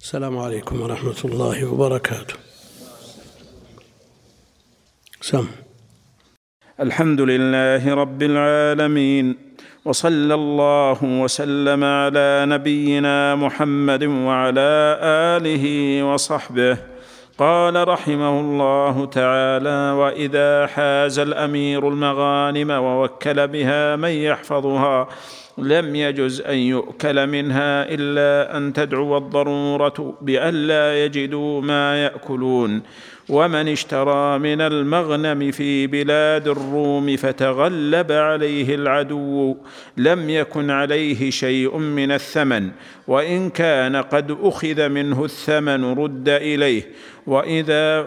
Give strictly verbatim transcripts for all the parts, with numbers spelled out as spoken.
السلام عليكم ورحمة الله وبركاته. سم. الحمد لله رب العالمين، وصلى الله وسلم على نبينا محمد وعلى آله وصحبه. قال رحمه الله تعالى: وإذا حاز الأمير المغانم ووكل بها من يحفظها لم يجز أن يؤكل منها إلا أن تدعو الضرورة بأن لا يجدوا ما يأكلون. ومن اشترى من المغنم في بلاد الروم فتغلب عليه العدو لم يكن عليه شيء من الثمن، وإن كان قد أخذ منه الثمن رد إليه. وإذا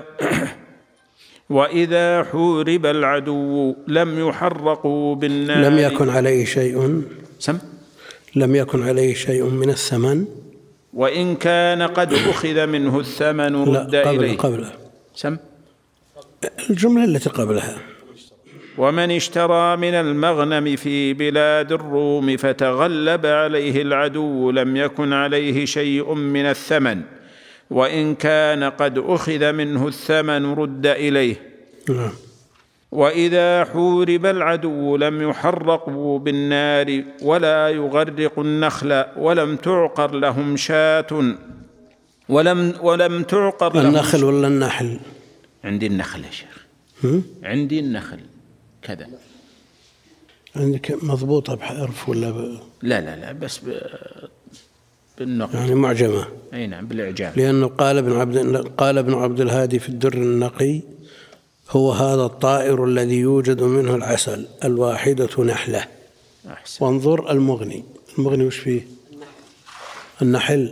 وإذا حورب العدو لم يحرقوا بالنار لم يكن عليه شيء سم لم يكن عليه شيء من الثمن، وإن كان قد أخذ منه الثمن رد لا قبل إليه. قبل سم الجملة التي قبلها: ومن اشترى من المغنم في بلاد الروم فتغلب عليه العدو لم يكن عليه شيء من الثمن، وإن كان قد أخذ منه الثمن رد إليه. نعم. وإذا حورب العدو لم يحرقوا بالنار ولا يغرق النخل ولم تعقر لهم شاة ولم ولم تعقر لهم النخل ولا النحل؟ عندي النخل يا شيخ، عندي النخل كذا. عندك مضبوطة بحرف ولا ب... لا لا لا بس ب... بالنقل يعني معجمة؟ أي نعم بالإعجام. لأنه قال ابن عبد قال ابن عبد الهادي في الدر النقي: هو هذا الطائر الذي يوجد منه العسل، الواحدة نحلة. أحسن. وانظر المغني، المغني وش فيه؟ النحل.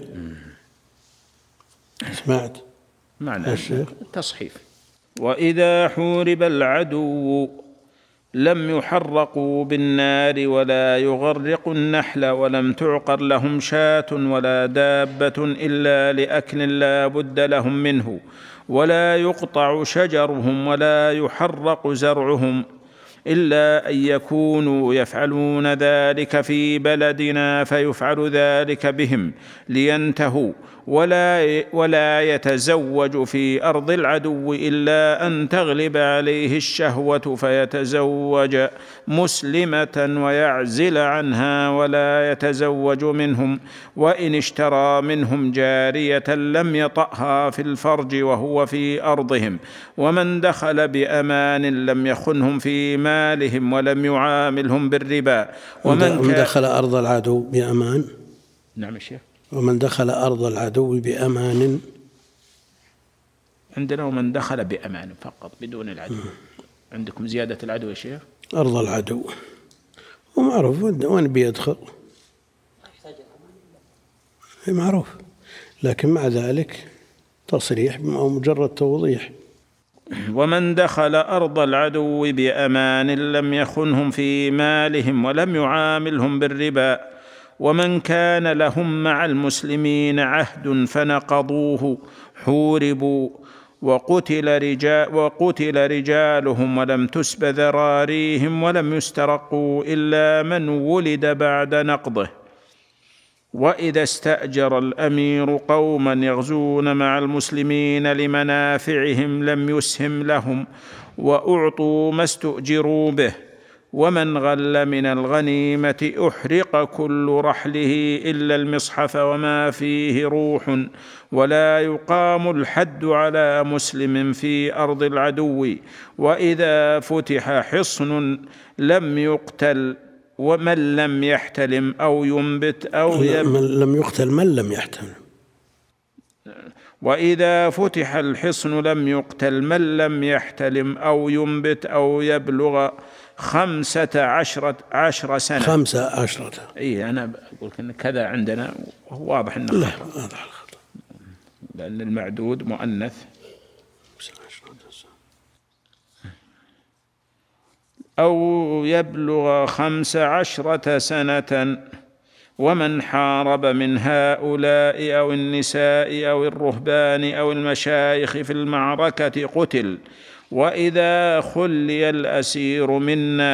سمعت معنى الشيخ؟ التصحيف. وإذا حورب العدو لم يحرقوا بالنار ولا يغرق النحل ولم تعقر لهم شاة ولا دابة إلا لأكل لا بد لهم منه، ولا يقطع شجرهم ولا يحرق زرعهم إلا أن يكونوا يفعلون ذلك في بلدنا فيفعل ذلك بهم لينتهوا، ولا ولا يتزوج في أرض العدو إلا أن تغلب عليه الشهوة فيتزوج مسلمة ويعزل عنها ولا يتزوج منهم. وإن اشترى منهم جارية لم يطأها في الفرج وهو في أرضهم. ومن دخل بأمان لم يخنهم في مالهم ولم يعاملهم بالربا. ومن دخل أرض العدو بأمان. نعم الشيخ. ومن دخل أرض العدو بأمان. عندنا ومن دخل بأمان فقط بدون العدو. عندكم زيادة العدو يا شيخ؟ أرض العدو ومعروف وين بيدخل معروف، لكن مع ذلك تصريح أو مجرد توضيح. ومن دخل أرض العدو بأمان لم يخنهم في مالهم ولم يعاملهم بالربا. ومن كان لهم مع المسلمين عهد فنقضوه حوربوا وقتل رجال وقتل رجالهم ولم تسب ذراريهم ولم يسترقوا إلا من ولد بعد نقضه. وإذا استأجر الأمير قوما يغزون مع المسلمين لمنافعهم لم يسهم لهم وأعطوا ما استؤجروا به. ومن غل من الغنيمة أحرق كل رحله إلا المصحف وما فيه روح. ولا يقام الحد على مسلم في أرض العدو. وإذا فتح حصن لم يقتل ومن لم يحتلم أو ينبت أو يب... من لم يقتل من لم يحتلم. وإذا فتح الحصن لم يقتل من لم يحتلم أو ينبت أو يبلغ خمسة عشرة عشر سنة. خمسة عشرة. إيه أنا أقول إن كذا عندنا واضح إنه لا واضح الخطأ، لأن المعدود مؤنث. أو يبلغ خمس عشرة سنة. ومن حارب من هؤلاء أو النساء أو الرهبان أو المشايخ في المعركة قتل. وإذا خلي الأسير منا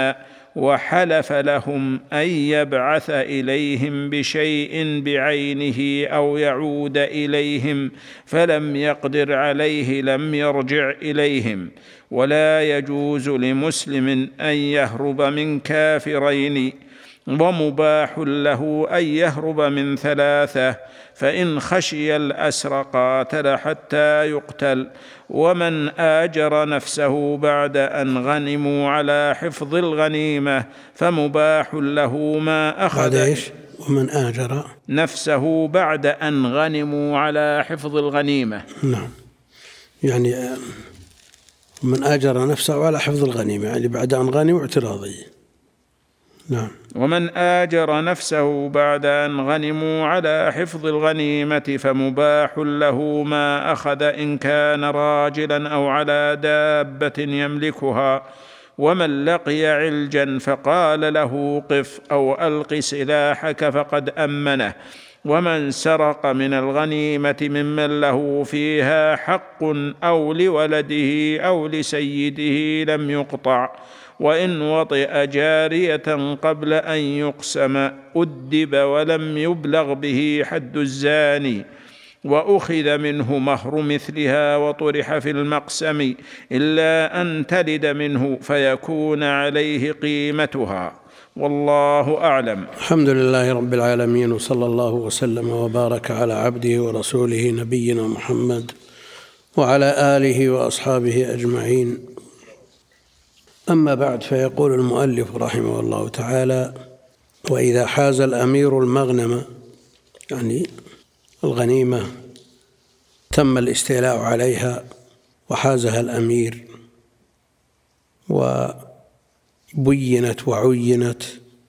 وحلف لهم أن يبعث إليهم بشيء بعينه أو يعود إليهم فلم يقدر عليه لم يرجع إليهم. ولا يجوز لمسلم أن يهرب من كافرين، ومباح له أن يهرب من ثلاثة، فإن خشي الأسر قاتل حتى يقتل. ومن آجر نفسه بعد أن غنموا على حفظ الغنيمة فمباح له ما أخذ. إيش؟ ومن آجر نفسه بعد أن غنموا على حفظ الغنيمة. نعم، يعني من آجر نفسه على حفظ الغنيمة، يعني بعد أن غنموا اعتراضي. نعم. ومن آجر نفسه بعد أن غنموا على حفظ الغنيمة فمباح له ما أخذ إن كان راجلا أو على دابة يملكها. ومن لقي علجا فقال له قف أو ألق سلاحك فقد أمنه. ومن سرق من الغنيمة ممن له فيها حق أو لولده أو لسيده لم يقطع. وإن وطئ جارية قبل أن يقسم أدب ولم يبلغ به حد الزاني، وأخذ منه مهر مثلها وطرح في المقسم إلا أن تلد منه فيكون عليه قيمتها. والله أعلم. الحمد لله رب العالمين، وصلى الله وسلم وبارك على عبده ورسوله نبينا محمد وعلى آله وأصحابه أجمعين. أما بعد، فيقول المؤلف رحمه الله تعالى: وإذا حاز الأمير المغنم، يعني الغنيمة تم الاستيلاء عليها وحازها الأمير وبينت وعينت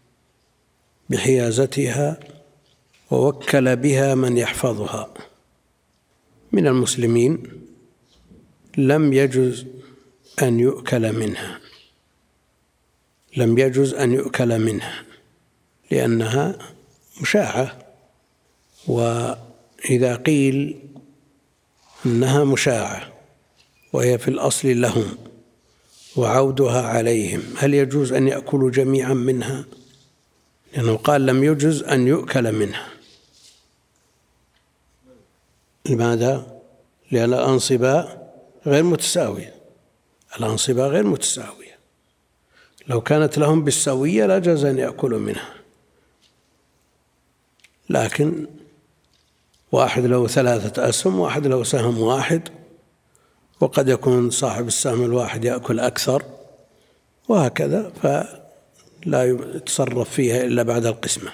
بحيازتها ووكل بها من يحفظها من المسلمين، لم يجوز أن يؤكل منها لم يجوز أن يؤكل منها لأنها مشاعة. وإذا قيل إنها مشاعة وهي في الأصل لهم وعودها عليهم، هل يجوز أن يأكلوا جميعا منها؟ لأنه قال لم يجوز أن يؤكل منها. لماذا؟ لأن الأنصبة غير متساوية الأنصبة غير متساوية لو كانت لهم بالسوية لا جاز أن يأكلوا منها، لكن واحد له ثلاثة أسهم، واحد له سهم واحد، وقد يكون صاحب السهم الواحد يأكل أكثر، وهكذا، فلا يتصرف فيها إلا بعد القسمة.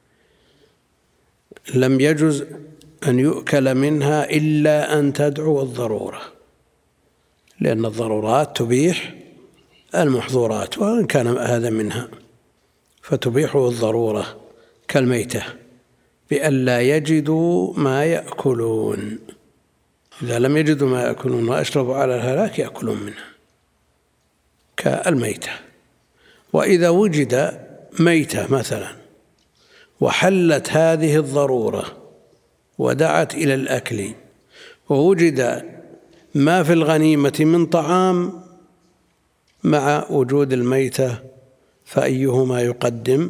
لم يجوز أن يؤكل منها إلا أن تدعو الضرورة، لأن الضرورات تبيح المحظورات، وإن كان هذا منها فتبيحه الضرورة كالميتة بألا يجدوا ما يأكلون. إذا لم يجدوا ما يأكلون وأشربوا على الهلاك يأكلون منها كالميتة. وإذا وجد ميتة مثلا وحلت هذه الضرورة ودعت إلى الأكل، ووجد ما في الغنيمة من طعام مع وجود الميتة، فأيهما يقدم؟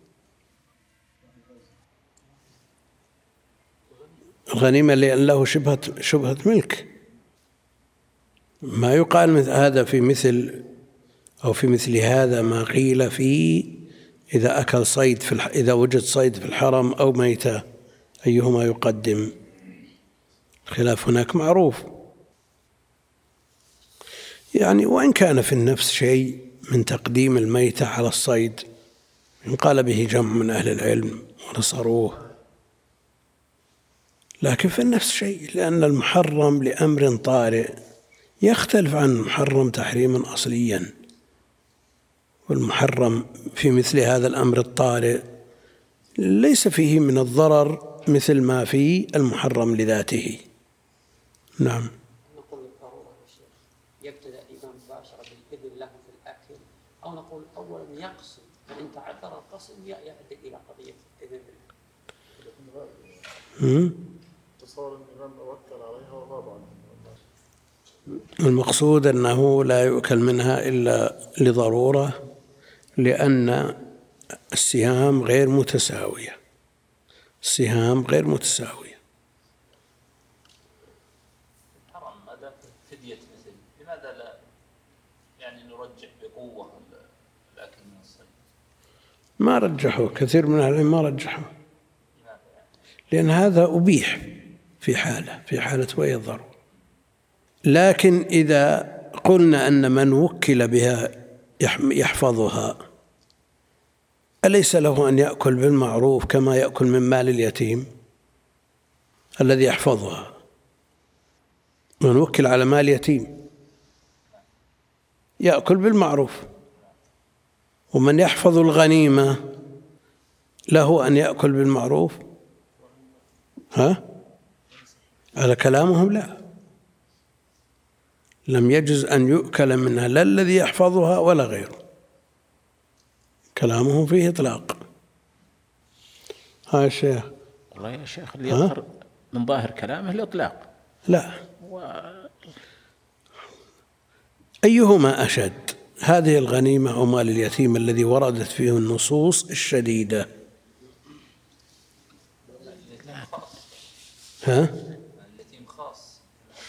الغنيمة لأن له شبهة شبهة ملك. ما يقال مثل هذا في مثل أو في مثل هذا ما قيل في إذا أكل صيد في الح... إذا وجد صيد في الحرم أو ميتة أيهما يقدم؟ الخلاف هناك معروف. يعني وإن كان في النفس شيء من تقديم الميتة على الصيد، إن قال به جمع من أهل العلم ونصروه، لكن في النفس شيء، لأن المحرم لأمر طارئ يختلف عن المحرم تحريما أصليا. والمحرم في مثل هذا الأمر الطارئ ليس فيه من الضرر مثل ما في المحرم لذاته. نعم. نقول الضرورة يبتدأ الإمام مباشرة بالإذن له في الأكل، أو نقول أولا يقسم، فإن تعذر القسم يؤدي إلى قضية الإذن بالله. تصور الإمام وكل عليها وغاب عنها. المقصود أنه لا يؤكل منها إلا لضرورة، لأن السهام غير متساوية، السهام غير متساوية. حرام أداء فدية مثل، لماذا لا يعني نرجح بقوة الأكل من الصيد؟ ما رجحوا، كثير من أهل العلم ما رجحوا، لأن هذا أبيح في حالة في حالة وهي الضرورة. لكن إذا قلنا أن من وكل بها يحفظها أليس له أن يأكل بالمعروف كما يأكل من مال اليتيم الذي يحفظها؟ من وكل على مال يتيم يأكل بالمعروف، ومن يحفظ الغنيمة له أن يأكل بالمعروف. ها؟ على كلامهم لا، لم يجز أن يؤكل منها لا الذي يحفظها ولا غيره، كلامهم فيه إطلاق. ها يا شيخ؟ والله يا شيخ اللي يظهر من ظاهر كلامه الإطلاق. لا و... أيهما أشد، هذه الغنيمة أو مال اليتيم الذي وردت فيه النصوص الشديدة؟ ها؟ اليتيم خاص،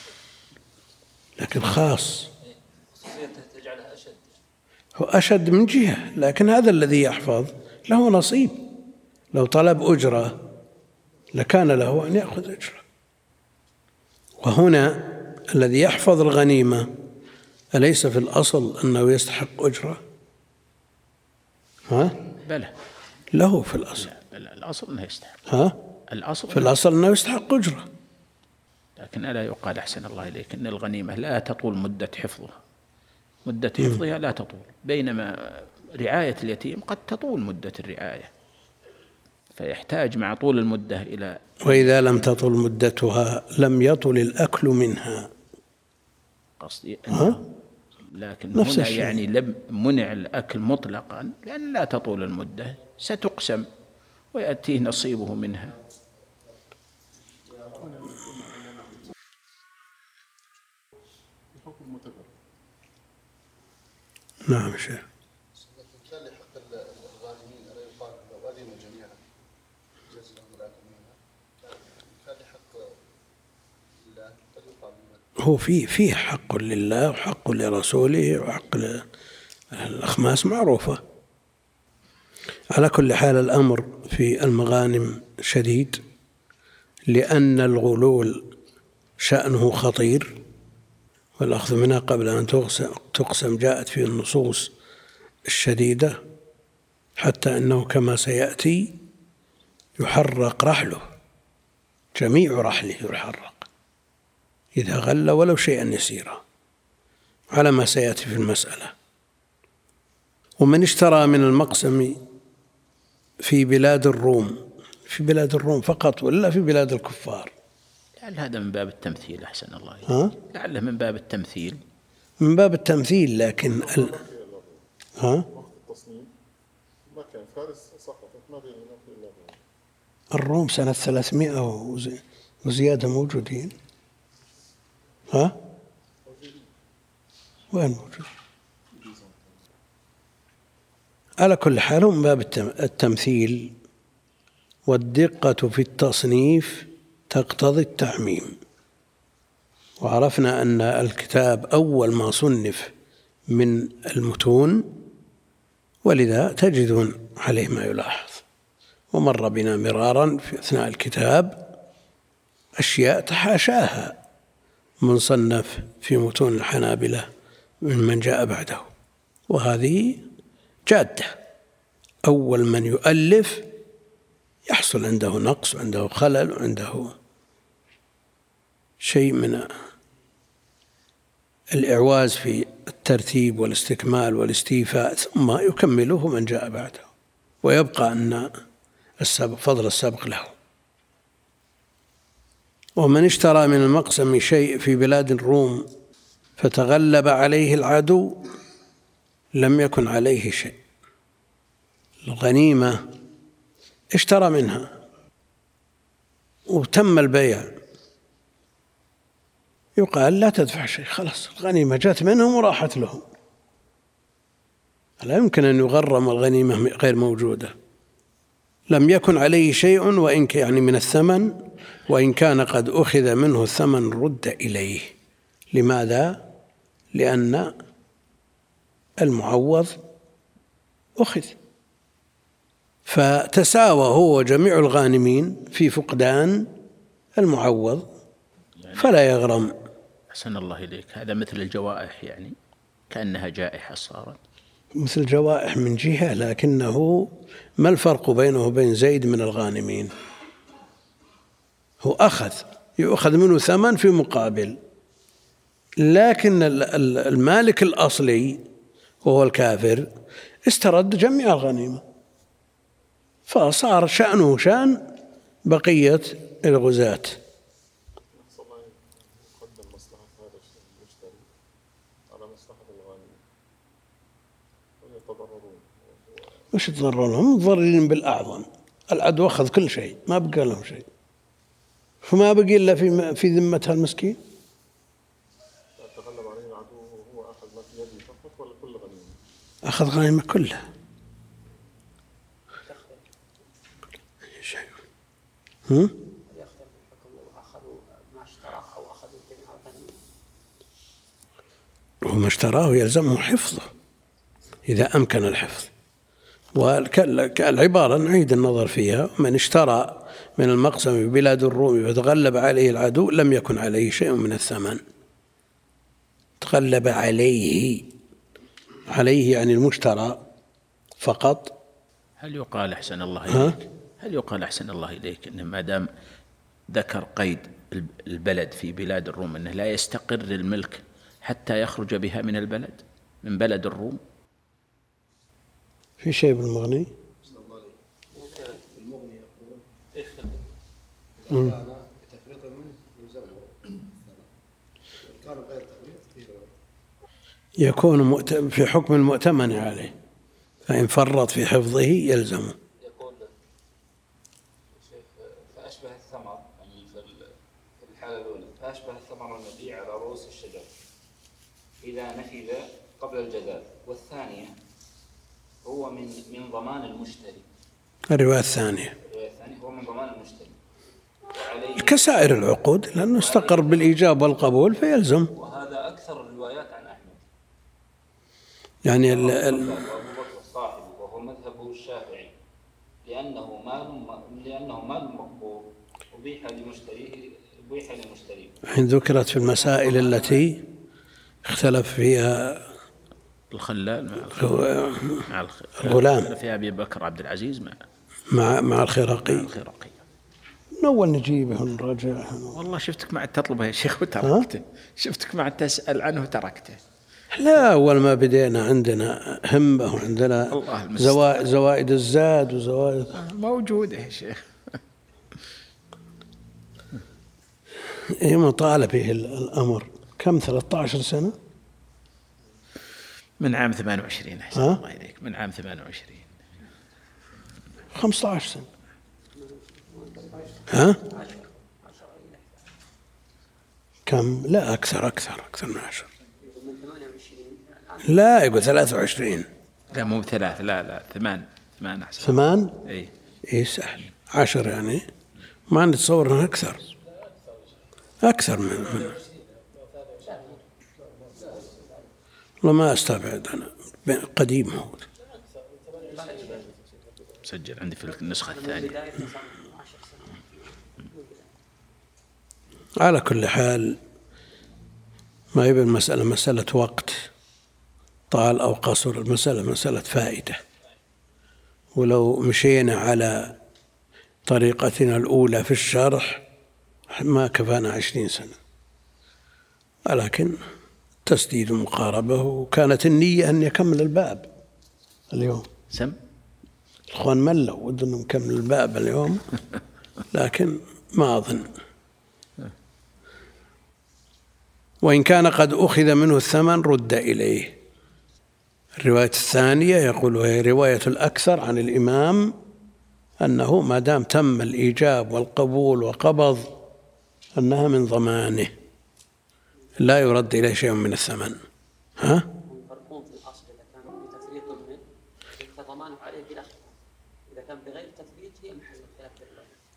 لكن خاص خصوصيته تجعلها أشد. هو أشد من جهة، لكن هذا الذي يحفظ له نصيب، لو طلب أجرة لكان له أن يأخذ أجرة. وهنا الذي يحفظ الغنيمة أليس في الأصل أنه يستحق أجرة؟ ها؟ بلى له في الأصل. بلى الأصل أنه يستحق. ها؟ الأصل في الأصل أنه يستحق أجرة. لكن ألا يقال أحسن الله إليك أن الغنيمة لا تطول مدة حفظها، مدة حفظها لا تطول، بينما رعاية اليتيم قد تطول مدة الرعاية، فيحتاج مع طول المدة إلى. وإذا لم تطل مدتها لم يطل الأكل منها. قصدي ها؟ لكن نفس هنا الشيء. يعني لم منع الأكل مطلقا لأن لا تطول المدة، ستقسم ويأتيه نصيبه منها. نعم شيخ. كان لحق الغانمين ألا يقال غنم جميعا جزء من الغنيمة، كان لحق لله قد يقال هو في فيه حق لله وحق لرسوله وحق الأخماس معروفة. على كل حال الأمر في المغانم شديد، لأن الغلول شأنه خطير، والأخذ منها قبل أن تقسم جاءت فيه النصوص الشديدة، حتى أنه كما سيأتي يحرق رحله، جميع رحله يحرق إذا غل ولو شيئا يسيرا، على ما سيأتي في المسألة. ومن اشترى من المقسم في بلاد الروم، في بلاد الروم فقط ولا في بلاد الكفار؟ لعل هذا من باب التمثيل أحسن الله إليك. ها؟ لعله من باب التمثيل. من باب التمثيل، لكن ال... ها؟ وقت التصنيف ما كان فارس سقطت ما بين المناطق إلا الروم. الروم سنة ثلاثمائة وزي... وزيادة موجودين. ها؟ وين موجود؟ على كل حال من باب التمثيل، والدقة في التصنيف تقتضي التعميم. وعرفنا أن الكتاب أول ما صنف من المتون، ولذا تجدون عليه ما يلاحظ. ومر بنا مرارا في أثناء الكتاب أشياء تحاشاها من صنف في متون الحنابلة ممن جاء بعده، وهذه جادة. أول من يؤلف يحصل عنده نقص وعنده خلل وعنده شيء من الإعواز في الترتيب والاستكمال والاستيفاء، ثم يكمله من جاء بعده، ويبقى أن السبق فضل السبق له. ومن اشترى من المقسم شيء في بلاد الروم فتغلب عليه العدو لم يكن عليه شيء. الغنيمة اشترى منها وتم البيع، يقال لا تدفع شيء، خلاص الغنيمة جاءت منهم وراحت لهم، لا يمكن أن يغرم الغنيمة غير موجودة. لم يكن عليه شيء وإن يعني من الثمن، وإن كان قد أخذ منه الثمن رد إليه. لماذا؟ لأن المعوض أخذ، فتساوى هو وجميع الغانمين في فقدان المعوض فلا يغرم. أحسن الله إليك، هذا مثل الجوائح، يعني كأنها جائحة صارت مثل جوائح من جهة، لكنه ما الفرق بينه وبين زيد من الغانمين؟ هو أخذ يؤخذ منه ثمن في مقابل، لكن المالك الأصلي وهو الكافر استرد جميع الغنيمة، فصار شأنه شأن بقية الغزاة. قدم مصلحة هذا المشتري على مصلحة الغانم ويتضررون. مش يتضررون، متضررين بالأعظم. العدو أخذ كل شيء، ما بقى لهم شيء، فما بقي إلا في في ذمتها المسكين. تغلب عليه العدو وهو أخذ ما في يده فقط ولا كل غنيمة؟ أخذ غنيمة كلها. هم؟ يختلف الحكم لو أخذوا ما اشتراه أو أخذوا جميع الغنيمة. وما اشتراه يلزمه حفظه إذا أمكن الحفظ. والعبارة نعيد النظر فيها: من اشترى من المقسم ببلاد الروم فتغلب عليه العدو لم يكن عليه شيء من الثمن. تغلب عليه، عليه يعني المشترى فقط. هل يقال أحسن الله إليك هل يقال أحسن الله إليك إن ما دام ذكر قيد البلد في بلاد الروم أنه لا يستقر الملك حتى يخرج بها من البلد، من بلد الروم؟ في شيء بالمغني؟ المغني يقول كان بتفريط منه يلزمه، كان غير تفريط يكون في حكم المؤتمن عليه، فإن فرط في حفظه يلزمه. يقول شيخ: فأشبه الثمر، يعني في الحالة الأولى فأشبه الثمر المبيع على رؤوس الشجر إذا نفذ قبل الجذاذ، والثانية هو من من ضمان المشتري. الرواية الثانية الرواية الثانية هو من ضمان المشتري وعليه كسائر العقود، لأنه استقر بالإيجاب والقبول فيلزم. وهذا أكثر الروايات عن أحمد، يعني ال أبو بكر صاحبه، وهو مذهبه الشافعي، لأنه مال لأنه مال مقبول أبيح لمشتريه أبيح لمشتريه. حين ذكرت في المسائل التي اختلف فيها الخلال مع الغلام في أبي بكر عبد العزيز مع مع مع الخراقي. الخراقي. من أول نجيبه ونرجع. والله شفتك ما تطلبه يا شيخ وتركته، شفتك ما تسأل عنه وتركته. لا، أول ما بدينا عندنا همة وعندنا زوائد زوائد الزاد وزوائد موجودة يا شيخ. إيه مطالب به الأمر. كم ثلاثة عشر سنة؟ من عام ثمانية وعشرين أحسن الله إليك، من عام ثمانية وعشرين خمسة عشر سنة. ها؟ كم؟ لا أكثر أكثر أكثر من عشر. لا يقول ثلاثة وعشرين. لا مو ثلاث، لا لا ثمان ثمان أحسن. ثمان؟ إيه إيه سهل. عشر يعني ما نتصور أنها أكثر أكثر من من وما أستبعد أنا قديم هو. سجل عندي في النسخة الثانية. على كل حال ما يبقى المسألة مسألة وقت طال أو قصر، المسألة مسألة فائدة. ولو مشينا على طريقتنا الأولى في الشرح ما كفانا عشرين سنة، ولكن تسديد مقاربة، وكانت النية أن يكمل الباب اليوم. سم الأخوان ملوا ودنا نكمل الباب اليوم، لكن ما أظن. وإن كان قد أخذ منه الثمن رد إليه. الرواية الثانية يقول وهي رواية الأكثر عن الإمام أنه ما دام تم الإيجاب والقبول وقبض أنها من ضمانه لا يرد إليه شيء من الثمن. ها؟ يفرقون في الأصل إذا كان بتفريط منه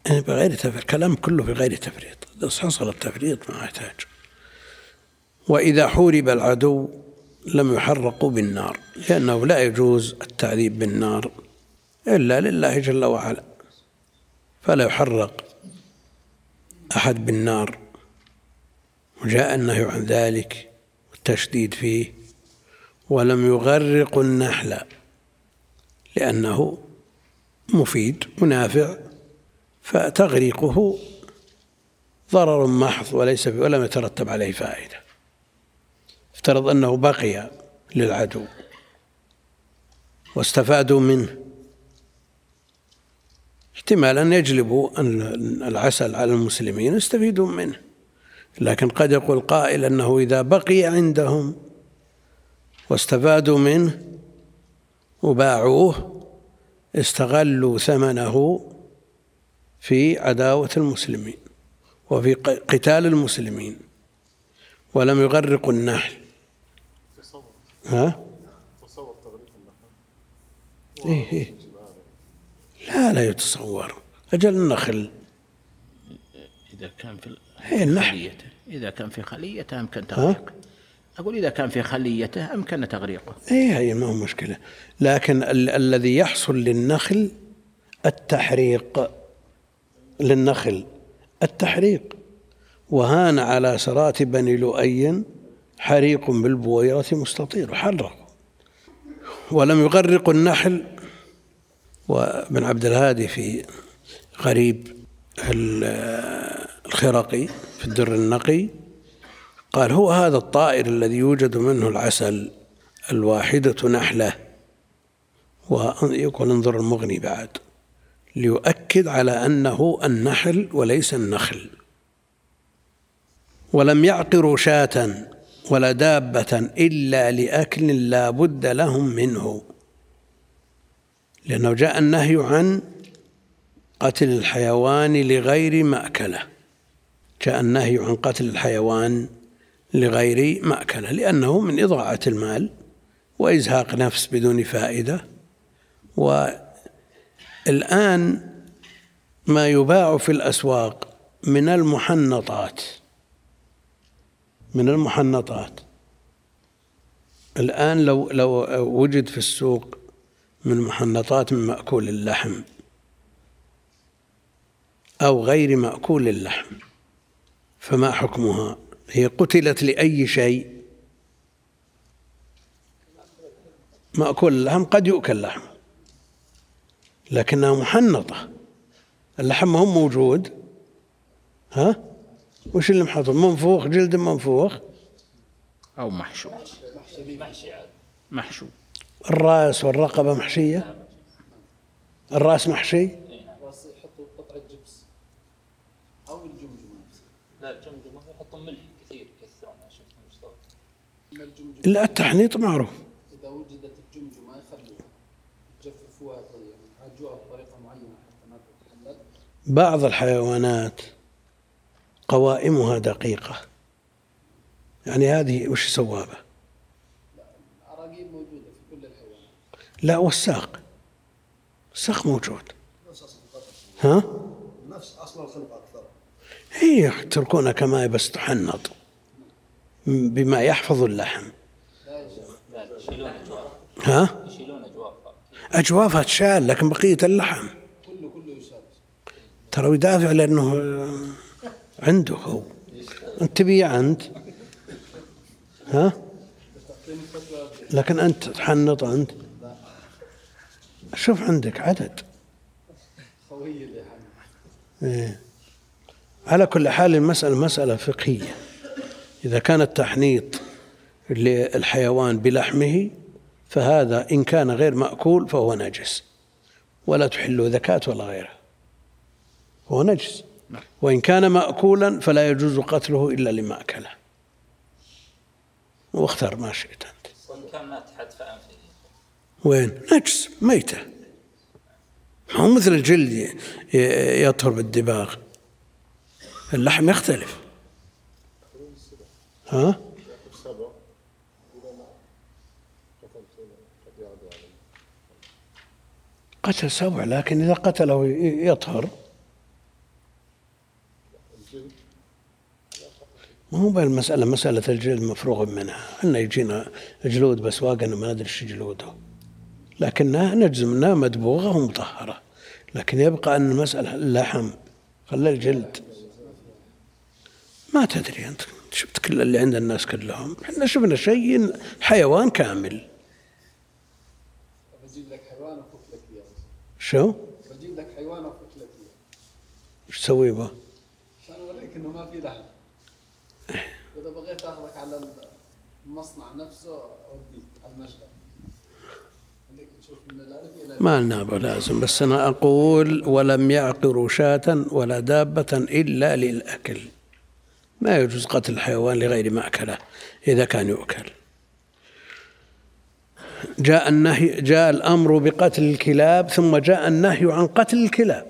بغير تفريط، كلام كله بغير تفريط، إذا حصل التفريط ما يحتاج. وإذا حورب العدو لم يحرقوا بالنار، لأنه لا يجوز التعذيب بالنار إلا لله جل وعلا، فلا يحرق أحد بالنار، وجاء النهي عن ذلك والتشديد فيه. ولم يغرقوا النحل لأنه مفيد ونافع، فتغريقه ضرر محض وليس ولم يترتب عليه فائدة. افترض أنه بقي للعدو واستفادوا منه، احتمال أن يجلبوا العسل على المسلمين يستفيدوا منه، لكن قد يقول قائل أنه إذا بقي عندهم واستفادوا منه وباعوه استغلوا ثمنه في عداوة المسلمين وفي قتال المسلمين، ولم يغرقوا النحل. ها؟ تصور تغريق النحل. إيه إيه. لا لا يتصور. أجل النخل إذا كان في النحل خليته، إذا كان في خليته أمكن تغريقه. أقول إذا كان في خليته أمكن تغريقه. إيه هي ما هو مشكلة، لكن ال- الذي يحصل للنخل التحريق، للنخل التحريق. وهان على سرات بني لؤي حريق بالبويرة مستطير، حرقوا. ولم يغرقوا النحل. وابن عبد الهادي في غريب الخرقي في الدر النقي قال هو هذا الطائر الذي يوجد منه العسل الواحدة نحلة. ويقول انظر المغني بعد ليؤكد على أنه النحل وليس النخل. ولم يعقروا شاة ولا دابة إلا لأكل لا بد لهم منه، لأنه جاء النهي عن قتل الحيوان لغير مأكله. جاء النهي عن قتل الحيوان لغير مأكله لأنه من إضاعة المال وإزهاق نفس بدون فائدة. والآن ما يباع في الأسواق من المحنطات من المحنطات الآن لو لو وجد في السوق من محنطات من مأكول اللحم أو غير مأكول اللحم فما حكمها؟ هي قتلت لأي شيء؟ مأكول اللحم قد يؤكل لحم لكنها محنطة، اللحم ما هو موجود. ها؟ وش اللي محطوط؟ منفوخ، جلد منفوخ أو محشو. محشو. الرأس والرقبة محشية. الرأس محشي. راس يحطوا قطعة جبس أو الجمجمة نفسها. لا الجمجمة يحطوا ملح كثير يكثرون، شفت مستوى. لا التحنيط معروف. إذا وجدت الجمجمة يخلوها يجففوها يعني يعالجوها بطريقة معينة حتى ما تتحلل. بعض الحيوانات قوائمها دقيقة، يعني هذه وش سوابة؟ العراقيل موجودة في كل الحيوانات. لا والساق، الساق موجود. ها؟ نفس أصل الخلق أكثر. هي يتركونها كما بس تحنط بما يحفظ اللحم. يشيلون أجواف. ها؟ يشيلون أجواف. أجوافها تشال لكن بقية اللحم كله كله يشال. ترى يدافع لأنه عنده هو. أنت تبيع أنت؟ ها؟ لكن أنت تحنط أنت؟ شوف عندك عدد. خوي اللي حن. إيه. على كل حال المسألة مسألة فقهية. إذا كان التحنيط للحيوان بلحمه فهذا إن كان غير مأكول فهو نجس ولا تحل زكاة ولا غيره، هو نجس. وإن كان مأكولا فلا يجوز قتله إلا لما أكله. واختار ما شئت أنت. وإن كان ما تحت فأنفه. وين؟ نجس ميتة، ما هو مثل الجلد يطهر بالدباغ، اللحم يختلف. ها؟ قتل سبع لكن إذا قتله يطهر ما هو بالمسألة مسألة الجلد مفروغ منها، إحنا يجينا جلود بس واقنا ما ندري ايش جلوده، لكنها نجزم أنها مدبوغة ومطهرة، لكن يبقى أن المسألة اللحم خلى الجلد ما تدري. أنت شفت كل اللي عند الناس كلهم، إحنا شفنا شيء حيوان كامل. بجيب لك حيوان وأفك لك إياه. شو؟ بجيب لك حيوان وأفك لك إياه. إيش تسوي به؟ عشان أوريك إنه ما في لحم. إذا بغيت أخذك على المصنع نفسه أوديك على المشغل. ما لنا لازم، بس أنا أقول ولم يعقروا شاة ولا دابة إلا للأكل، ما يجوز قتل الحيوان لغير مأكله إذا كان يؤكل. جاء النهي، جاء الأمر بقتل الكلاب ثم جاء النهي عن قتل الكلاب.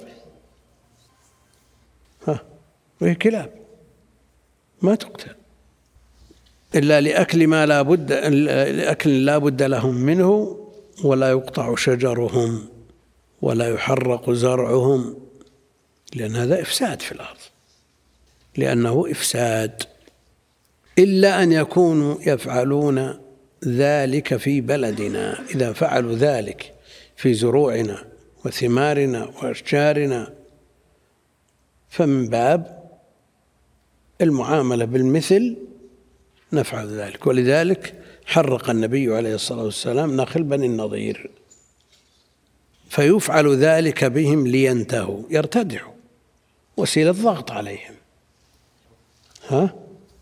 ها، وهي كلاب ما تقتل إلا لأكل ما لا بد، لأكل لا بد لهم منه، ولا يقطع شجرهم ولا يحرق زرعهم، لأن هذا إفساد في الأرض، لأنه إفساد، إلا أن يكونوا يفعلون ذلك في بلدنا. إذا فعلوا ذلك في زروعنا وثمارنا وأشجارنا فمن باب المعاملة بالمثل نفعل ذلك. ولذلك حرق النبي عليه الصلاة والسلام نخل بني النضير، فيفعل ذلك بهم لينتهوا، يرتدعوا، وسيلة ضغط عليهم. ها؟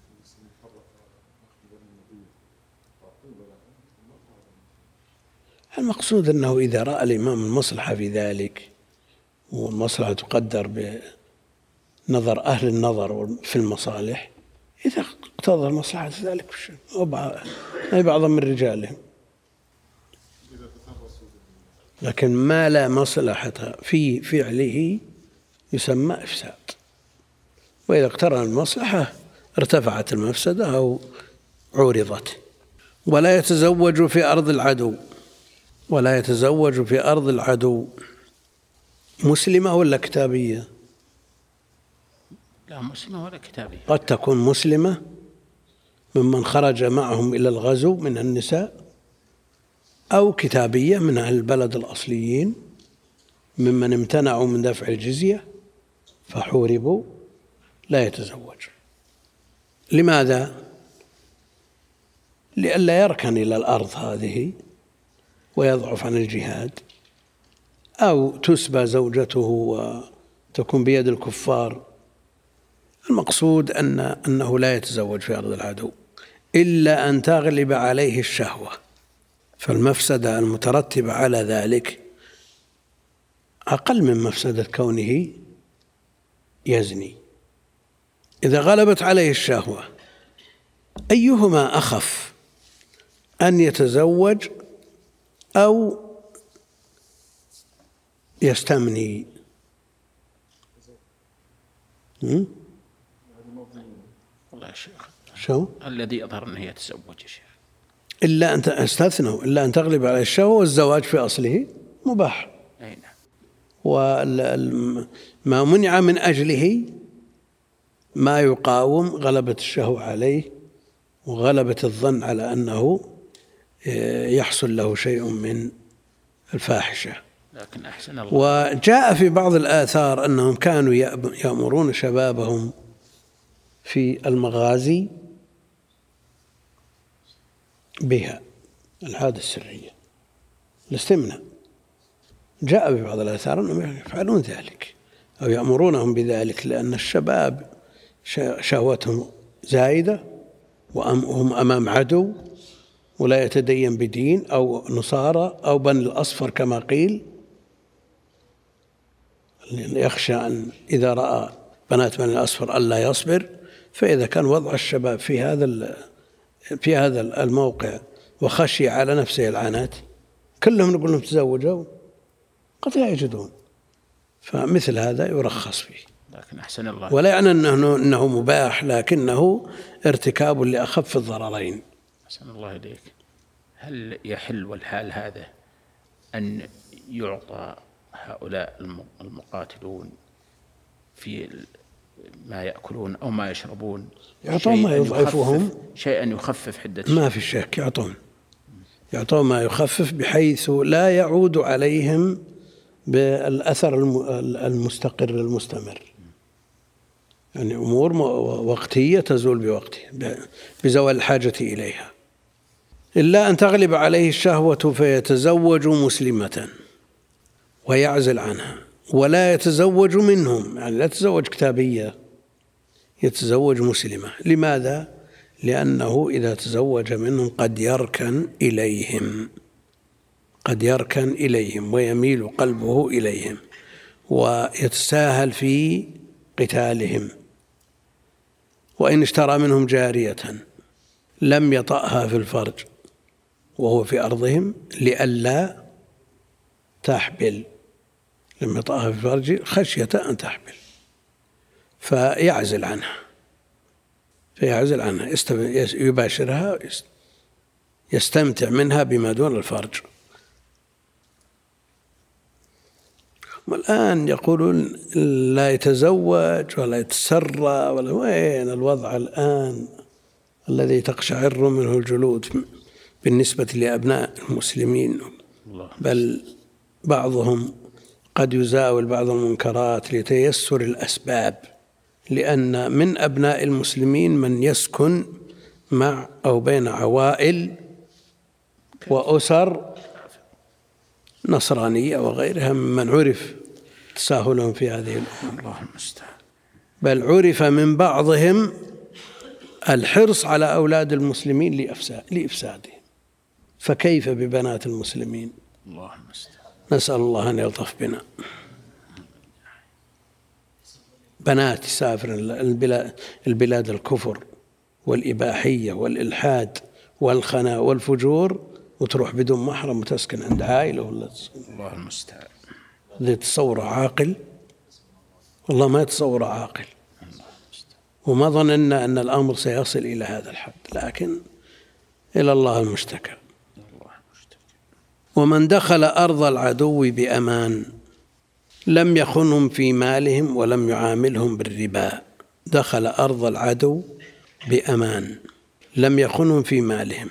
المقصود أنه إذا رأى الإمام المصلحة في ذلك، والمصلحة تقدر بنظر أهل النظر في المصالح، إذا اقتضى المصلحة ذلك أي بعض من رجالهم، لكن ما لا مصلحة في فعله يسمى إفساد، وإذا اقترن المصلحة ارتفعت المفسدة أو عورضت. ولا يتزوج في أرض العدو، ولا يتزوج في أرض العدو. مسلمة ولا كتابية؟ لا مسلمة ولا كتابية. قد تكون مسلمة ممن خرج معهم إلى الغزو من النساء، أو كتابية من أهل البلد الأصليين ممن امتنعوا من دفع الجزية فحوربوا، لا يتزوج. لماذا؟ لئلا يركن إلى الأرض هذه ويضعف عن الجهاد، أو تسبى زوجته وتكون بيد الكفار. المقصود أن أنه لا يتزوج في أرض العدو إلا أن تغلب عليه الشهوة، فالمفسدة المترتبة على ذلك أقل من مفسدة كونه يزني. إذا غلبت عليه الشهوة أيهما أخف، أن يتزوج أو يستمني؟ والله يا شيخ شو؟ الذي يظهر أنه يتزوج يا شيخ، إلا أن استثنوا إلا أن تغلب على الشهوة، والزواج في أصله مباح. أي نعم. وما منع من أجله ما يقاوم غلبة الشهوة عليه وغلبة الظن على أنه يحصل له شيء من الفاحشة. لكن أحسن الله. وجاء في بعض الآثار أنهم كانوا يأمرون شبابهم في المغازي بها، العادة السرية، الاستمناء. جاء في بعض الآثار أنهم يفعلون ذلك أو يأمرونهم بذلك، لأن الشباب شهوتهم زايدة وهم أمام عدو ولا يتدين بدين، أو نصارى أو بني الأصفر كما قيل، يخشى أن إذا رأى بنات بني الأصفر ألا يصبر. فإذا كان وضع الشباب في هذا في هذا الموقع وخشي على نفسه العنات، كلهم نقول لهم تزوجوا قد لا يجدون، فمثل هذا يرخص فيه. لكن أحسن الله. ولا يعني أنه, أنه مباح، لكنه ارتكاب لأخف الضررين. أحسن الله إليك. هل يحل والحال هذا أن يعطى هؤلاء المقاتلون في ما يأكلون أو ما يشربون، يعطون ما يضعفهم، شيئا يخفف حدة ما في شك، يعطون يعطون ما يخفف بحيث لا يعود عليهم بالأثر المستقر المستمر، يعني أمور وقتية تزول بوقتها بزوال الحاجة إليها. إلا أن تغلب عليه الشهوة فيتزوج مسلمة ويعزل عنها، ولا يتزوج منهم، يعني لا يتزوج كتابية، يتزوج مسلمة. لماذا؟ لأنه إذا تزوج منهم قد يركن إليهم قد يركن إليهم ويميل قلبه إليهم ويتساهل في قتالهم. وإن اشترى منهم جارية لم يطأها في الفرج وهو في أرضهم لئلا تحبل، لم يطأها في الفرج خشية أن تحبل، فيعزل عنها فيعزل عنها يباشرها، يستمتع منها بما دون الفرج. والآن يقولون لا يتزوج ولا يتسرى ولا، وين الوضع الآن الذي تقشعر منه الجلود بالنسبة لأبناء المسلمين، بل بعضهم قد يزاول بعض المنكرات لتيسر الأسباب، لأن من أبناء المسلمين من يسكن مع أو بين عوائل وأسر نصرانية وغيرها ممن عرف تساهلهم في هذه الأمور، الله المستعان. بل عرف من بعضهم الحرص على أولاد المسلمين لإفسادهم، فكيف ببنات المسلمين؟ الله المستعان. نسأل الله أن يلطف بنا. بنات يسافر البلاد الكفر والإباحية والإلحاد والخنا والفجور وتروح بدون محرم وتسكن عند عائلة ولا الله المستعان. ذي تصور عاقل؟ والله ما يتصور عاقل، وما ظننا أن الأمر سيصل إلى هذا الحد، لكن إلى الله المشتكى. ومن دخل أرض العدو بأمان لم يخنهم في مالهم ولم يعاملهم بالربا. دخل أرض العدو بأمان لم يخنهم في مالهم،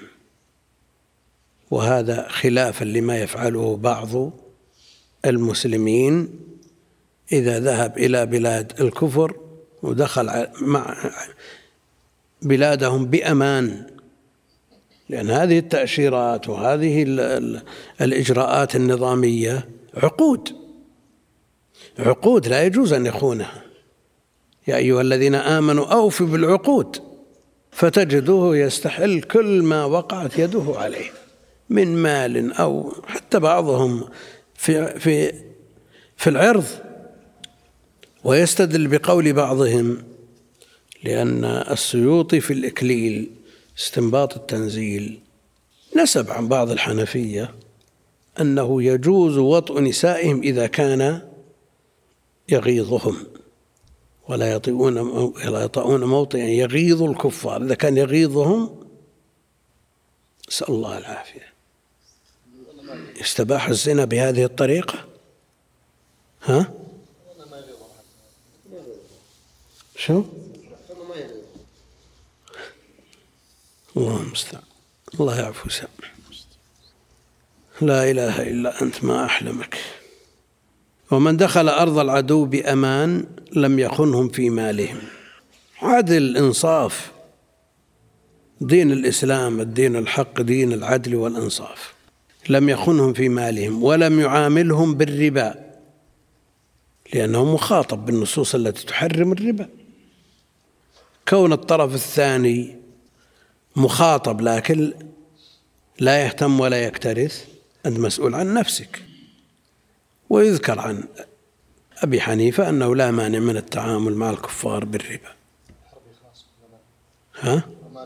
وهذا خلافا لما يفعله بعض المسلمين إذا ذهب إلى بلاد الكفر ودخل مع بلادهم بأمان، لأن هذه التأشيرات وهذه الإجراءات النظامية عقود عقود لا يجوز أن يخونها. يا أيها الذين آمنوا أوفوا بالعقود، فتجده يستحل كل ما وقعت يده عليه من مال، أو حتى بعضهم في في في العرض. ويستدل بقول بعضهم، لأن السيوطي في الإكليل استنباط التنزيل نسب عن بعض الحنفية أنه يجوز وطء نسائهم إذا كان يغيظهم، ولا يطؤون ولا يطؤون موطئا يغيظ الكفار. إذا كان يغيظهم نسأل الله العافية. يستباح الزنا بهذه الطريقة؟ ها؟ شو؟ الله المستعان. الله يعفو سامح. لا إله إلا أنت ما أحلمك. ومن دخل أرض العدو بأمان لم يخنهم في مالهم. عدل، إنصاف، دين الإسلام الدين الحق، دين العدل والإنصاف. لم يخنهم في مالهم ولم يعاملهم بالربا، لأنه مخاطب بالنصوص التي تحرم الربا. كون الطرف الثاني مخاطب لكن لا يهتم ولا يكترث، أنت مسؤول عن نفسك. ويذكر عن أبي حنيفة أنه لا مانع من التعامل مع الكفار بالربا. ها؟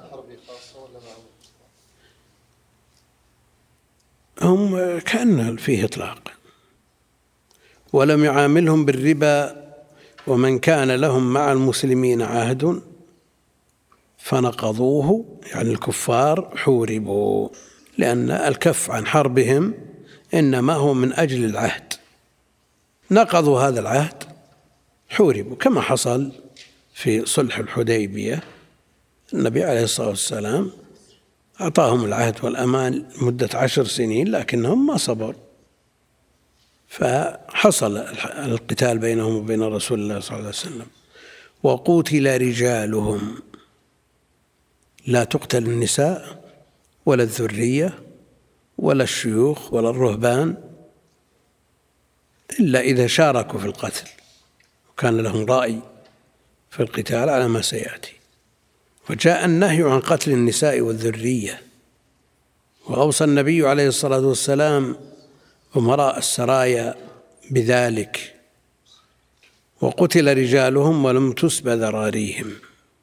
هم كان فيه إطلاق. ولم يعاملهم بالربا، ومن كان لهم مع المسلمين عهد فنقضوه، يعني الكفار حوربوا، لأن الكف عن حربهم إنما هو من أجل العهد. نقضوا هذا العهد حوربوا، كما حصل في صلح الحديبية النبي عليه الصلاة والسلام أعطاهم العهد والأمان مدة عشر سنين لكنهم ما صبروا، فحصل القتال بينهم وبين رسول الله صلى الله عليه وسلم. وقتل رجالهم، لا تقتل النساء ولا الذرية ولا الشيوخ ولا الرهبان إلا إذا شاركوا في القتل وكان لهم رأي في القتال على ما سيأتي. وجاء النهي عن قتل النساء والذرية، وأوصى النبي عليه الصلاة والسلام أمراء السرايا بذلك. وقتل رجالهم ولم تسب ذراريهم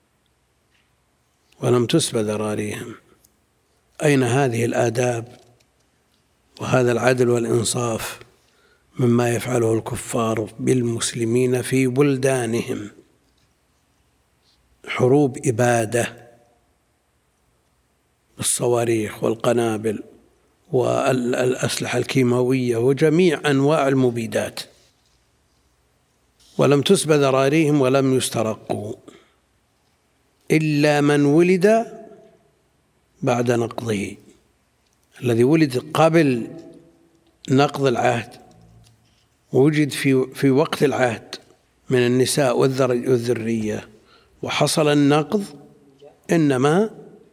ولم تسب ذراريهم. أين هذه الآداب وهذا العدل والإنصاف مما يفعله الكفار بالمسلمين في بلدانهم؟ حروب إبادة بالصواريخ والقنابل والأسلحة الكيماوية وجميع أنواع المبيدات. ولم تسب ذراريهم ولم يسترقوا إلا من ولد بعد نقضه، الذي ولد قبل نقض العهد ووجد في في وقت العهد من النساء والذرية وحصل النقض، إنما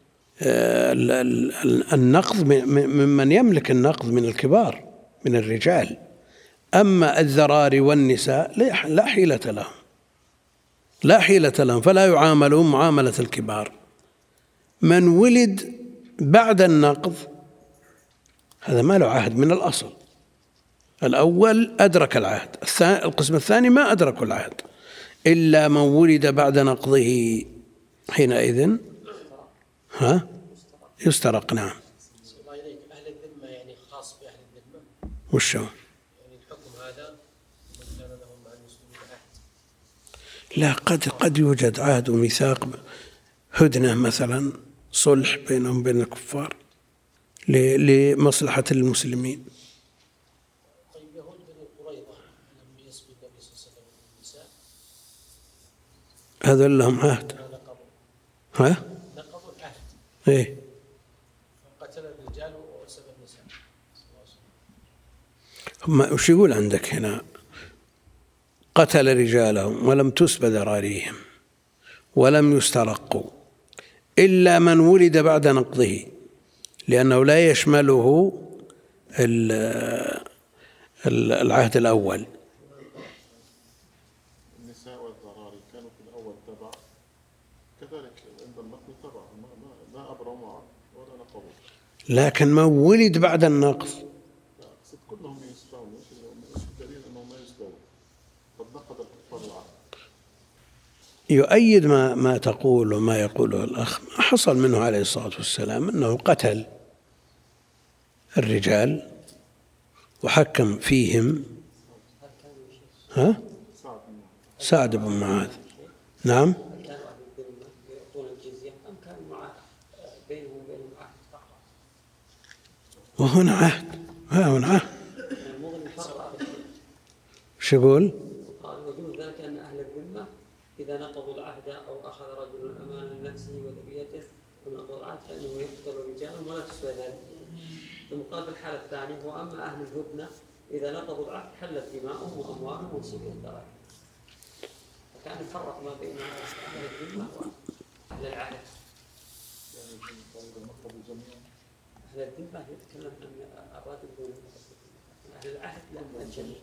النقض ممن يملك النقض من الكبار من الرجال. أما الذراري والنساء لا حيلة لهم لا حيلة لهم فلا يعاملون معاملة الكبار. من ولد بعد النقض هذا ما له عهد من الأصل. الأول أدرك العهد، القسم الثاني ما أدرك العهد، إلا من ولد بعد نقضه حينئذ ها يسترق. نعم. الله إليك، أهل الذمة يعني خاص بأهل الذمة وشو؟ يعني الحكم هذا من كان لهم مع المسلمين عهد؟ لا، قد قد يوجد عهد وميثاق، هدنة مثلا، صلح بينهم بين الكفار لمصلحة المسلمين. طيب يهود بني قريظة لم يسبي النبي صلى الله عليه وسلم النساء؟ هذا لهم عهد. ها؟ نقضوا العهد. إيه. فقتل الرجال وسب النساء. هم وش يقول عندك هنا؟ قتل رجالهم ولم تسب ذراريهم ولم يسترقوا إلا من ولد بعد نقضه، لأنه لا يشمله العهد الأول. النساء والذراري كانوا في الأول تبع، كذلك عند النقض تبع، ما أبرموا معه ولا نقضوا. لكن من ولد بعد النقض لا، أقصد كلهم يسبون، مش دليل أنهم ما يسبون، قد نقض الكفار العهد. يؤيد ما ما تقول وما يقوله الأخ. ما حصل منه عليه الصلاة والسلام أنه قتل الرجال وحكم فيهم. ها؟ سعد بن معاذ. نعم. كانوا أهل الذمة يعطون الجزية أم كانوا مع بينهم وبينهم عهد فقط؟ وهنا عهد، ها هنا عهد. المغني فرق. شو يقول؟ قال وجود ذلك أن أهل الذمة إذا نقضوا العهد أو أخذ رجل الأمان لنفسه وذريته ونقضوا العهد فإنه يقتل رجالهم ولا تسوى ذلك. المقابل الحالة الثانية هو أما أهل الهدنة إذا نقضوا العهد حلت دماؤهم وأموالهم وسبيل الدرجة. فكان يفرق ما بين أهل الذمة وأهل العهد. أهل الذمة يتكلم عن الرجل دون أهل العهد لا الجميع.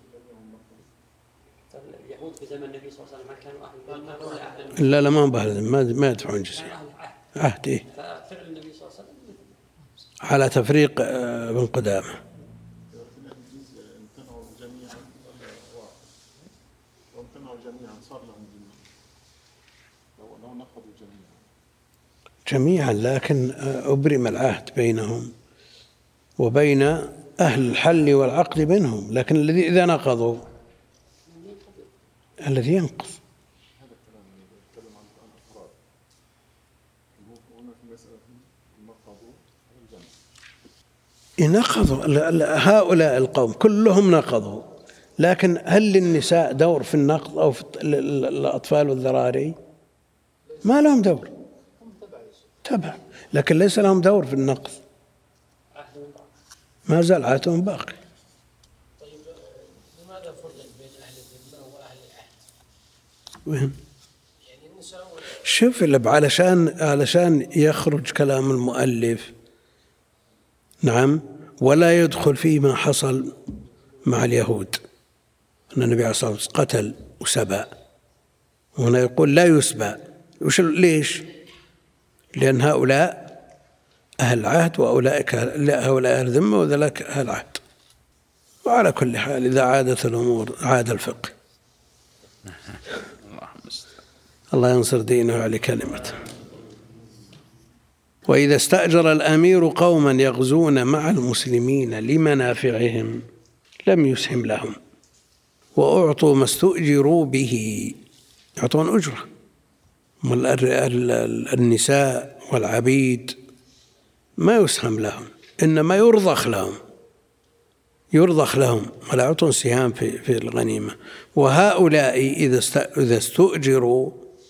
اليهود في زمن النبي صلى الله عليه وسلم كانوا أهل الذمة ولا أهل الذمة؟ لا لا ما بهذا، ما ما يدفعون جزية. عهد إيه؟ ففعل النبي صلى الله عليه وسلم على تفريق ابن قدامة. امتنعوا جميعا وامتنعوا جميعا صار لهم ذمة لو لو نقضوا جميعا. جميعا، لكن أبرم العهد بينهم وبين أهل الحل والعقد بينهم، لكن الذي إذا نقضوا الذي ينقض. هذا الكلام يتكلم عن الأفراد. هنا في مسألة نقضوا الجمع. نقضوا هؤلاء القوم كلهم نقضوا، لكن هل للنساء دور في النقض أو في الأطفال والذراري؟ ما لهم دور، تبع، لكن ليس لهم دور في النقض، ما زال عهدهم باقي. طيب لماذا فرق بين أهل الذمة وأهل العهد؟ وين؟ يعني النساء شوف اللي علشان علشان يخرج كلام المؤلف، نعم، ولا يدخل فيه ما حصل مع اليهود أن النبي عليه الصلاة والسلام قتل وسبى، وهنا يقول لا يسبى. وش ليش؟ لأن هؤلاء أهل عهد وأولئك هؤلاء أهل ذمة وذلك أهل عهد. وعلى كل حال إذا عادت الأمور عاد الفقه. الله ينصر دينه على كلمته. وإذا استأجر الأمير قوما يغزون مع المسلمين لمنافعهم لم يسهم لهم وأعطوا ما استؤجروا به، يعطون أجرة. النساء والعبيد ما يسهم لهم، إنما يرضخ لهم يرضخ لهم ولا يعطون سهام في في الغنيمة. وهؤلاء إذا استؤجروا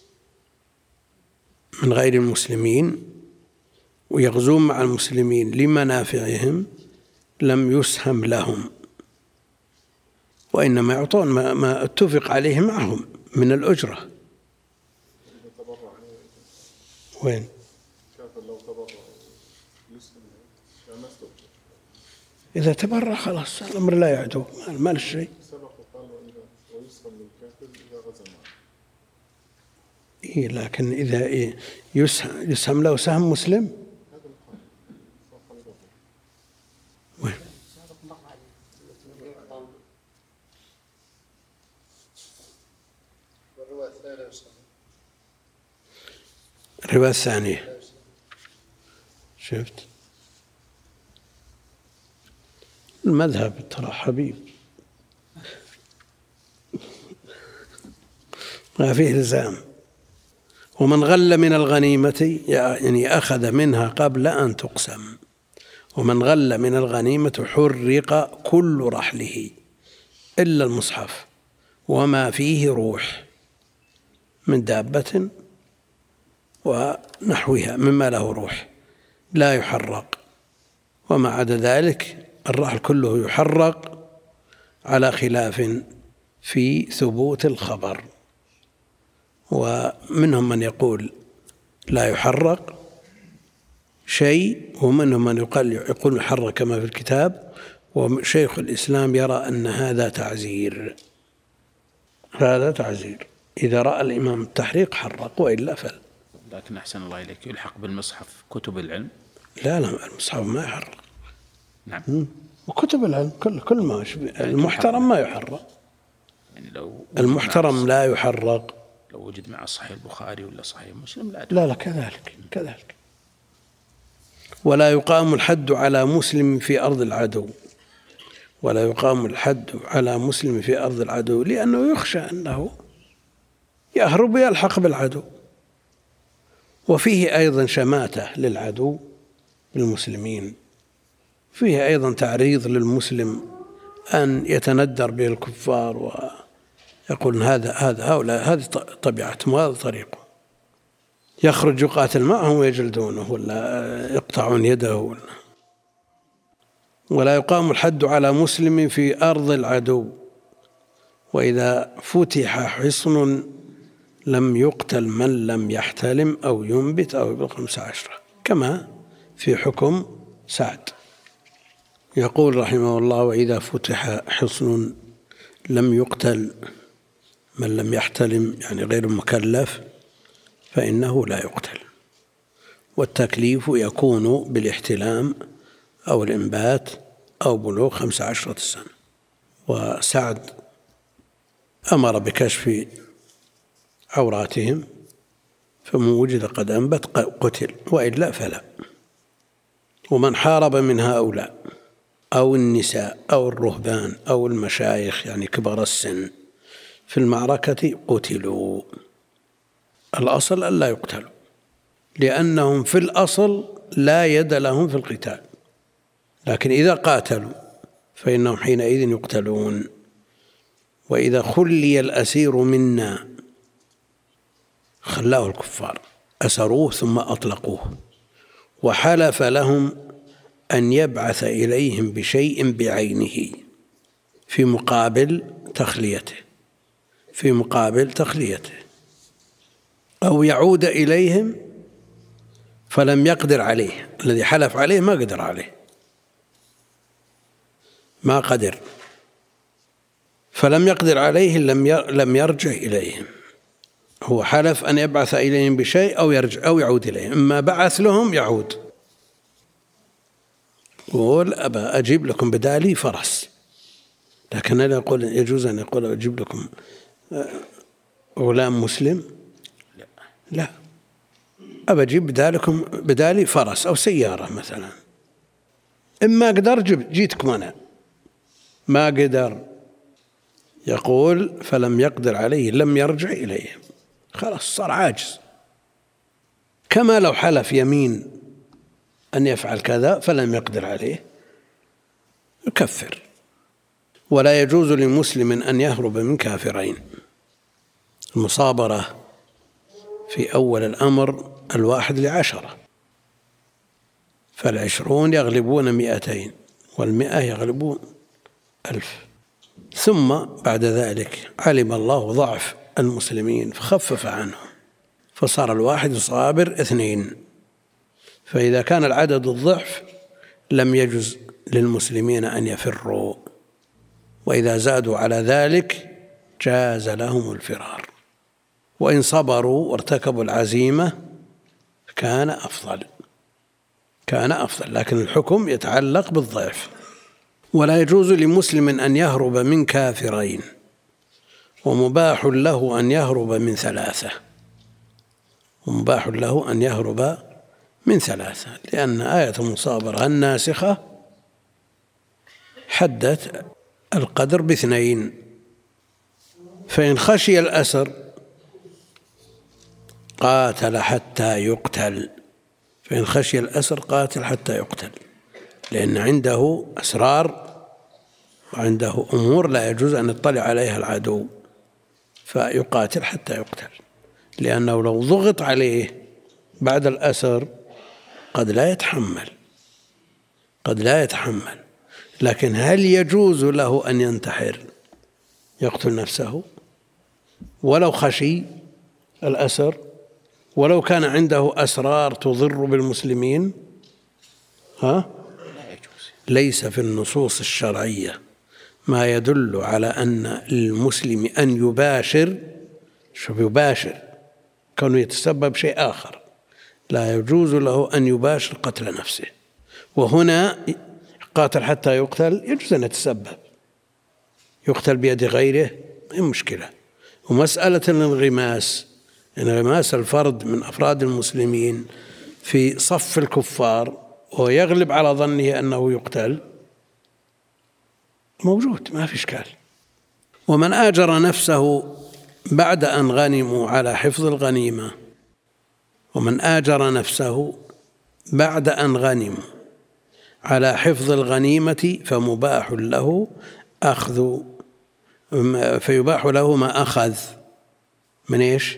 من غير المسلمين ويغزون مع المسلمين لمنافعهم لم يسهم لهم، وإنما يعطون ما, ما اتفق عليه معهم من الأجرة. وين؟ إذا تبرع خلاص الأمر لا يعدو، ما له شيء. إيه لكن إذا إيه يسهم, يسهم له سهم مسلم. وين؟ الرواية الثانية شفت المذهب ترى حبيب ما فيه لزام. ومن غل من الغنيمة يعني أخذ منها قبل أن تقسم، ومن غل من الغنيمة حرق كل رحله إلا المصحف وما فيه روح من دابة ونحوها مما له روح لا يحرق، وما عدا ذلك الرحل كله يحرق على خلاف في ثبوت الخبر. ومنهم من يقول لا يحرق شيء، ومنهم من يقول يقول يحرق كما في الكتاب. وشيخ الإسلام يرى أن هذا تعزير، هذا تعزير، إذا رأى الإمام التحريق حرق وإلا فل. لكن أحسن الله إليك يلحق بالمصحف كتب العلم؟ لا لا المصحف ما يحرق. نعم. وكتب العلم كل كل ما المحترم ما يحرق. يعني لو المحترم لا يحرق. لو وجد مع صحيح البخاري ولا صحيح مسلم لا لا لا كذلك كذلك. ولا يقام الحد على مسلم في أرض العدو، ولا يقام الحد على مسلم في أرض العدو لأنه يخشى أنه يهرب ويلحق بالعدو. وفيه أيضا شماتة للعدو بالمسلمين، فيه أيضا تعريض للمسلم أن يتندر به الكفار ويقول هذا هذا هؤلاء هذه طبيعتهم وهذا طريقه، يخرج يقاتل معهم ويجلدونه ولا يقطعون يده ولا. ولا يقام الحد على مسلم في أرض العدو، وإذا فتح حصن لم يقتل من لم يحتلم أو ينبت أو يبلغ خمس عشرة، كما في حكم سعد. يقول رحمه الله وإذا فتح حصن لم يقتل من لم يحتلم يعني غير مكلف فإنه لا يقتل. والتكليف يكون بالاحتلام أو الإنبات أو بلوغ خمس عشرة سنة. وسعد أمر بكشف عوراتهم، فمن وجد قد أنبت قتل وإلا فلا. ومن حارب من هؤلاء أو النساء أو الرهبان أو المشايخ يعني كبار السن في المعركة قتلوا. الأصل ألا يقتلوا لأنهم في الأصل لا يد لهم في القتال، لكن إذا قاتلوا فإنهم حينئذ يقتلون. وإذا خلي الأسير منا خلاه الكفار، أسروه ثم أطلقوه، وحلف لهم أن يبعث إليهم بشيء بعينه في مقابل تخليته في مقابل تخليته أو يعود إليهم فلم يقدر عليه، الذي حلف عليه ما قدر عليه، ما قدر، فلم يقدر عليه لم يرجع إليهم. هو حلف أن يبعث إليهم بشيء أو يرجع أو يعود إليهم، إما بعث لهم يعود، يقول أبا أجيب لكم بدالي فرس، لكن لا يقول يجوز أن يقول أجيب لكم غلام مسلم، لا، أبا أجيب بدالكم بدالي فرس أو سيارة مثلا، إما قدر جيتكم أنا، ما قدر يقول فلم يقدر عليه لم يرجع إليهم، خلاص صار عاجز. كما لو حلف يمين أن يفعل كذا فلم يقدر عليه يكفر. ولا يجوز لمسلم أن يهرب من كافرين. المصابرة في أول الأمر الواحد لعشرة، فالعشرون يغلبون مئتين والمئة يغلبون ألف. ثم بعد ذلك علم الله ضعف المسلمين فخفف عنهم، فصار الواحد صابر اثنين، فإذا كان العدد الضعف لم يجوز للمسلمين أن يفروا، وإذا زادوا على ذلك جاز لهم الفرار، وإن صبروا وارتكبوا العزيمة كان أفضل كان أفضل لكن الحكم يتعلق بالضعف. ولا يجوز لمسلم أن يهرب من كافرين، ومباح له أن يهرب من ثلاثة ومباح له أن يهرب من ثلاثة لأن آية المصابرة الناسخة حدت القدر باثنين، فإن خشي الأسر قاتل حتى يقتل فإن خشي الأسر قاتل حتى يقتل، لأن عنده أسرار وعنده أمور لا يجوز أن يطلع عليها العدو، فيقاتل حتى يقتل، لأنه لو ضغط عليه بعد الأسر قد لا يتحمل قد لا يتحمل لكن هل يجوز له أن ينتحر يقتل نفسه ولو خشي الأسر، ولو كان عنده أسرار تضر بالمسلمين؟ ها؟ ليس في النصوص الشرعية ما يدل على أن المسلم أن يباشر شو يباشر كونه يتسبب شيء آخر، لا يجوز له أن يباشر قتل نفسه. وهنا قاتل حتى يقتل يجوز أن يتسبب، يقتل بيد غيره هي مشكلة. ومسألة الانغماس، انغماس الفرد من أفراد المسلمين في صف الكفار ويغلب على ظنه أنه يقتل موجود ما في إشكال. ومن آجر نفسه بعد أن غنموا على حفظ الغنيمة ومن آجر نفسه بعد أن غنموا على حفظ الغنيمة فمباح له أخذ فيباح له ما أخذ من إيش؟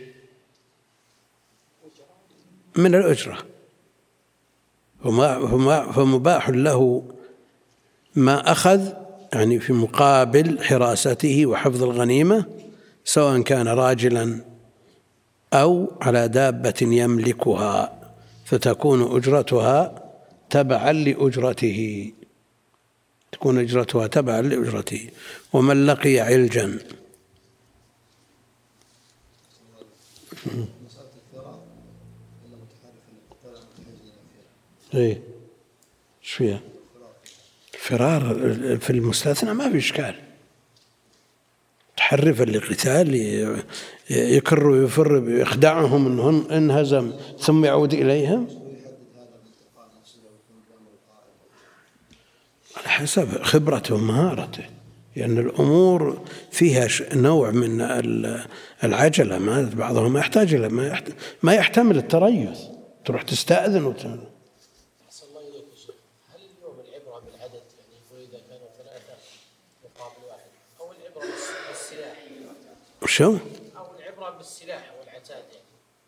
من الأجرة، فمباح له ما أخذ يعني في مقابل حراسته وحفظ الغنيمة، سواء كان راجلا أو على دابة يملكها، فتكون أجرتها تبعا لأجرته تكون أجرتها تبعا لأجرته. ومن لقي علجا ايه ايش فيها؟ الفرار في المستثنى ما في إشكال، تحرفا للقتال يكر ويفر يخدعهم أنهم انهزم ثم يعود إليهم على حسب خبرته ومهارته، لأن الأمور فيها نوع من العجلة، ما بعضهم ما يحتاج إلى ما يحتمل التريث، تروح تستأذن وتعمل. أحسن الله إليك يا شيخ، هل اليوم العبرة بالعدد يعني يقول إذا كانوا ثلاثة مقابل واحد، أو العبرة بالسلاح؟ شو؟ أو العبرة بالسلاح والعتاد يعني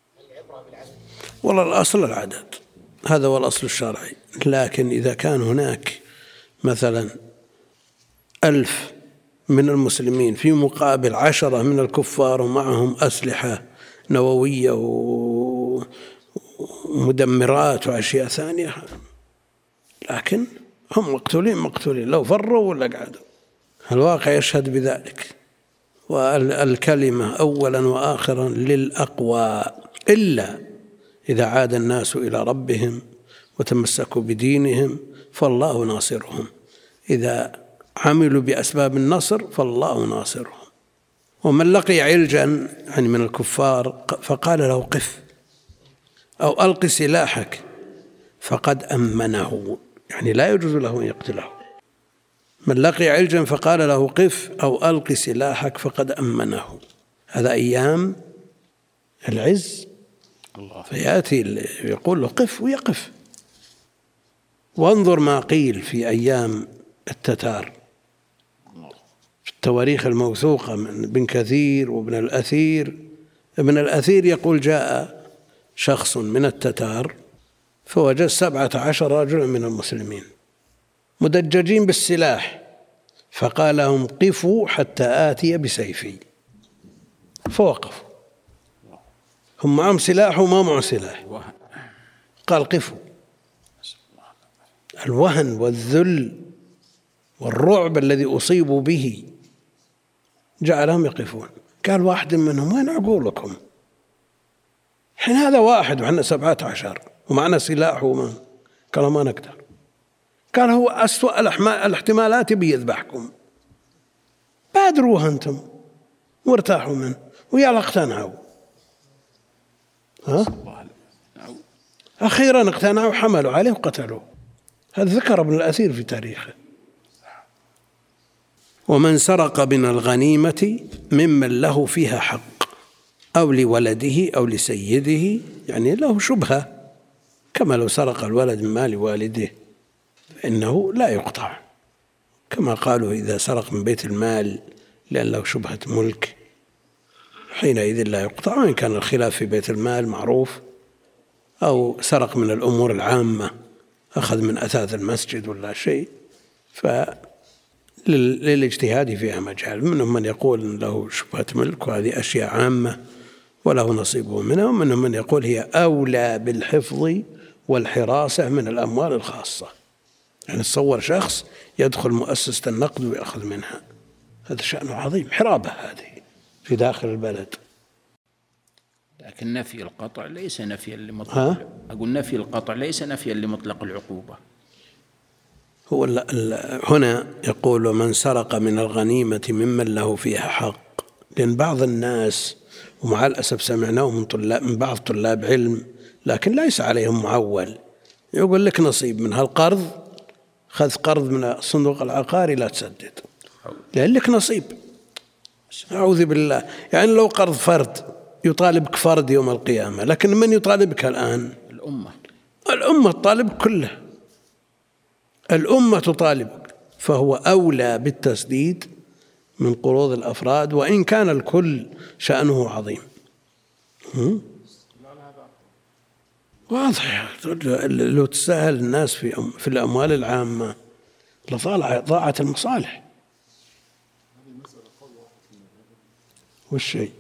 والله الأصل العدد، هذا هو الأصل الشرعي. لكن إذا كان هناك مثلا ألف من المسلمين في مقابل عشرة من الكفار ومعهم أسلحة نووية ومدمرات وأشياء ثانية، لكن هم مقتولين مقتولين لو فروا ولا قعدوا، الواقع يشهد بذلك. والكلمة أولا وآخرا للأقوى، إلا إذا عاد الناس إلى ربهم وتمسكوا بدينهم فالله ناصرهم، إذا عملوا بأسباب النصر فالله ناصرهم. ومن لقي علجا يعني من الكفار فقال له قف أو ألق سلاحك فقد أمنه، يعني لا يجوز له أن يقتله. من لقي علجا فقال له قف أو ألق سلاحك فقد أمنه، هذا أيام العز، فيأتي يقول له قف ويقف. وانظر ما قيل في أيام التتار في التواريخ الموثوقة من ابن كثير وابن الأثير. ابن الأثير يقول جاء شخص من التتار فوجد سبعة عشر رجلا من المسلمين مدججين بالسلاح، فقال لهم قفوا حتى آتي بسيفي، فوقفوا. هم معهم سلاح وما معهم سلاح، قال قفوا. الوهن والذل والرعب الذي أصيبوا به جعلهم يقفون. قال واحد منهم وين عقولكم؟ حين هذا واحد وحنا سبعة عشر ومعنا سلاح وما، قالوا ما نقدر. قال هو أسوأ الاحتمالات بيذبحكم، بادروها أنتم وارتاحوا منه ويلا اقتنعوا. ها؟ أخيرا اقتنعوا وحملوا عليه وقتلوه. هذا ذكر ابن الأثير في تاريخه. ومن سرق من الغنيمة ممن له فيها حق أو لولده أو لسيده، يعني له شبهة، كما لو سرق الولد من مال والده فإنه لا يقطع، كما قالوا إذا سرق من بيت المال لأن له شبهة ملك حينئذ لا يقطع، وإن كان الخلاف في بيت المال معروف، أو سرق من الأمور العامة، أخذ من أثاث المسجد ولا شيء، فللاجتهاد فيها مجال. منهم من يقول له شبهة ملك وهذه أشياء عامة وله نصيبه منها، ومنهم من يقول هي أولى بالحفظ والحراسة من الأموال الخاصة. يعني تصور شخص يدخل مؤسسة النقد ويأخذ منها، هذا شأنه عظيم، حرابة هذه في داخل البلد. لكن نفي القطع ليس نفيا لمطلق، أقول نفي القطع ليس نفيا لمطلق العقوبة. هو هنا يقول من سرق من الغنيمة ممن له فيها حق، لأن بعض الناس ومع الأسف سمعناه من طلاب من بعض طلاب علم لكن ليس عليهم معول، يقول لك نصيب من هالقرض، خذ قرض من الصندوق العقاري لا تسدد لأن لك نصيب. أعوذ بالله، يعني لو قرض فرد يطالبك فرد يوم القيامة، لكن من يطالبك الآن؟ الأمة. الأمة تطالبك كلها، الأمة تطالبك، فهو أولى بالتسديد من قروض الأفراد وإن كان الكل شأنه عظيم. واضح، لو تسهل الناس في في الأموال العامة لضاعت المصالح. والشيء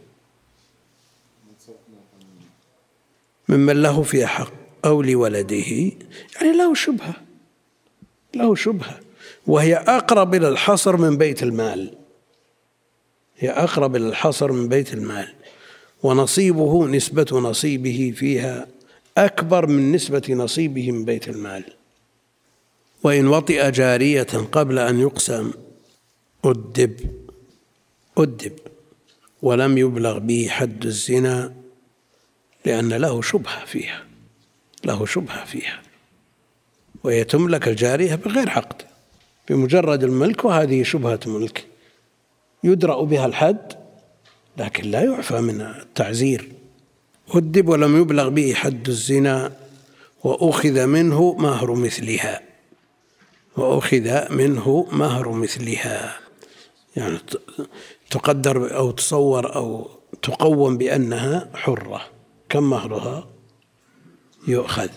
ممن له فيها حق أو لولده، يعني له شبهة، له شبهة، وهي أقرب إلى الحصر من بيت المال، هي أقرب إلى الحصر من بيت المال، ونصيبه نسبة نصيبه فيها أكبر من نسبة نصيبه من بيت المال. وإن وطئ جارية قبل أن يقسم أدب أدب ولم يبلغ به حد الزنا، لأن له شبهة فيها، له شبهة فيها، وهي تملك الجارية بغير عقد بمجرد الملك، وهذه شبهة ملك يدرأ بها الحد لكن لا يعفى من التعزير. أدب ولم يبلغ به حد الزنا وأخذ منه مهر مثلها، وأخذ منه مهر مثلها، يعني تقدر أو تصور أو تقوم بأنها حرة كم مهرها يؤخذ.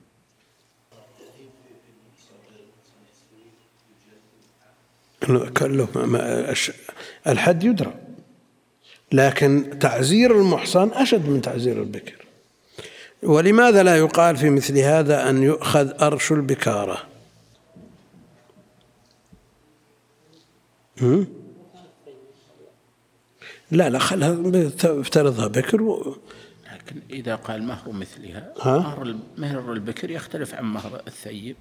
الحد يدرى، لكن تعزير المحصن أشد من تعزير البكر. ولماذا لا يقال في مثل هذا أن يؤخذ أرش البكارة؟ هم؟ لا لا خلها افترضها بكر و... لكن إذا قال مهر مثلها، ها؟ مهر مهر البكر يختلف عن مهر الثيب،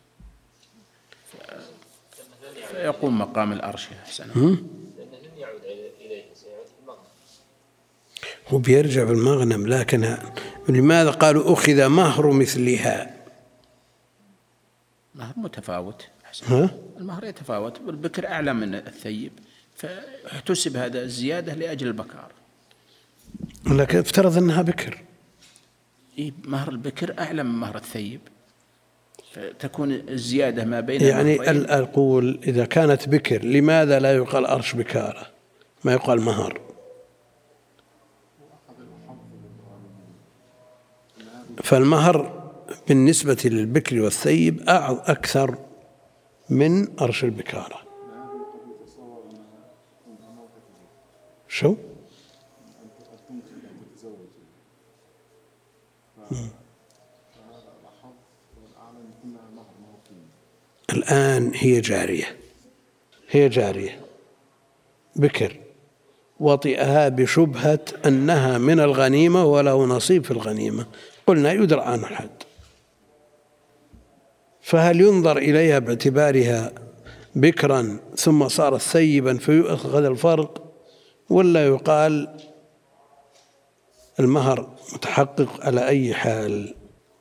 فيقوم مقام الأرش أحسن. هو بيرجع بالمغنم، لكن لماذا قالوا أخذ مهر مثلها؟ مهر متفاوت أحسن. ها؟ المهر يتفاوت، والبكر أعلى من الثيب، فاحتسب هذا الزيادة لأجل البكار. لكن افترض أنها بكر. إيه، مهر البكر أعلى من مهر الثيب، فتكون الزيادة ما بين يعني أقول إذا كانت بكر لماذا لا يقال أرش بكارة، ما يقال مهر؟ فالمهر بالنسبة للبكر والثيب أكثر من أرش البكارة. شو؟ الآن هي جارية، هي جارية بكر، وطئها بشبهة أنها من الغنيمة وله نصيب في الغنيمة، قلنا يدرى عن الحد، فهل ينظر إليها باعتبارها بكرا ثم صارت ثيبا فيؤخذ الفرق، ولا يقال المهر متحقق على أي حال؟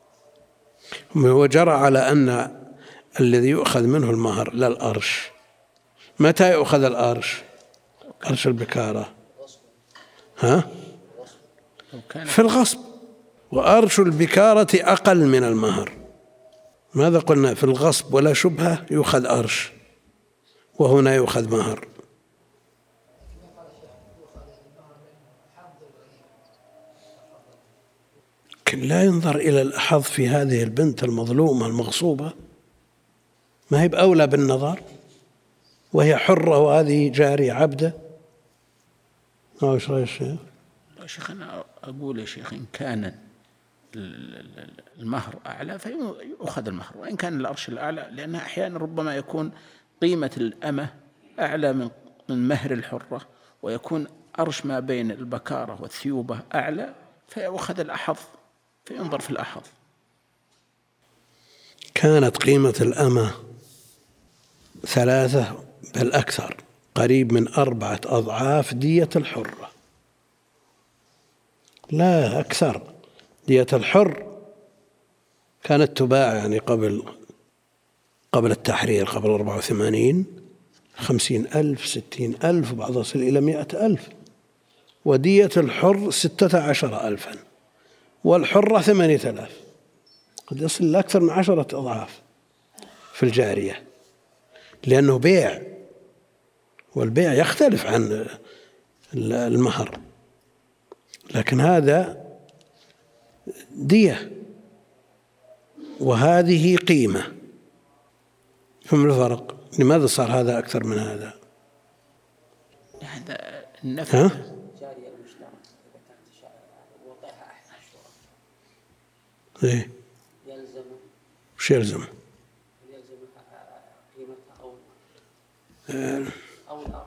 وجرى على أن الذي يؤخذ منه المهر لا الأرش. متى يؤخذ الأرش؟ أرش البكارة، ها؟ في الغصب، وأرش البكارة أقل من المهر. ماذا قلنا؟ في الغصب ولا شبهة يؤخذ أرش، وهنا يؤخذ مهر. لكن لا ينظر إلى الأحظ في هذه البنت المظلومة المغصوبة، ما هي بأولى بالنظر وهي حرة وهذه جارية عبدة؟ ما وش رأي الشيخ؟ يا شيخ أنا أقول يا شيخ إن كان المهر أعلى فيؤخذ المهر، وإن كان الأرش الأعلى، لأن أحيانا ربما يكون قيمة الأمة أعلى من من مهر الحرة، ويكون أرش ما بين البكارة والثيوبة أعلى، فيأخذ الأحظ، فينظر في الأحظ. كانت قيمة الأمة ثلاثة بل أكثر، قريب من أربعة أضعاف دية الحرة، لا أكثر. دية الحر كانت تباع يعني قبل قبل التحرير، قبل أربعة وثمانين، خمسين ألف، ستين ألف، وبعضها يصل إلى مئة ألف. ودية الحر ستة عشر ألفا، والحرة ثمانية آلاف، قد يصل لأكثر من عشرة أضعاف في الجارية، لأنه بيع، والبيع يختلف عن المهر، لكن هذا دية وهذه قيمة. فما الفرق؟ لماذا صار هذا أكثر من هذا؟ هذا النفع. جارية المجتمع إذا كانت وضعها أحسن إيه؟ يلزم وش يلزم؟ يلزم قيمتها أو آه. أو الأرض.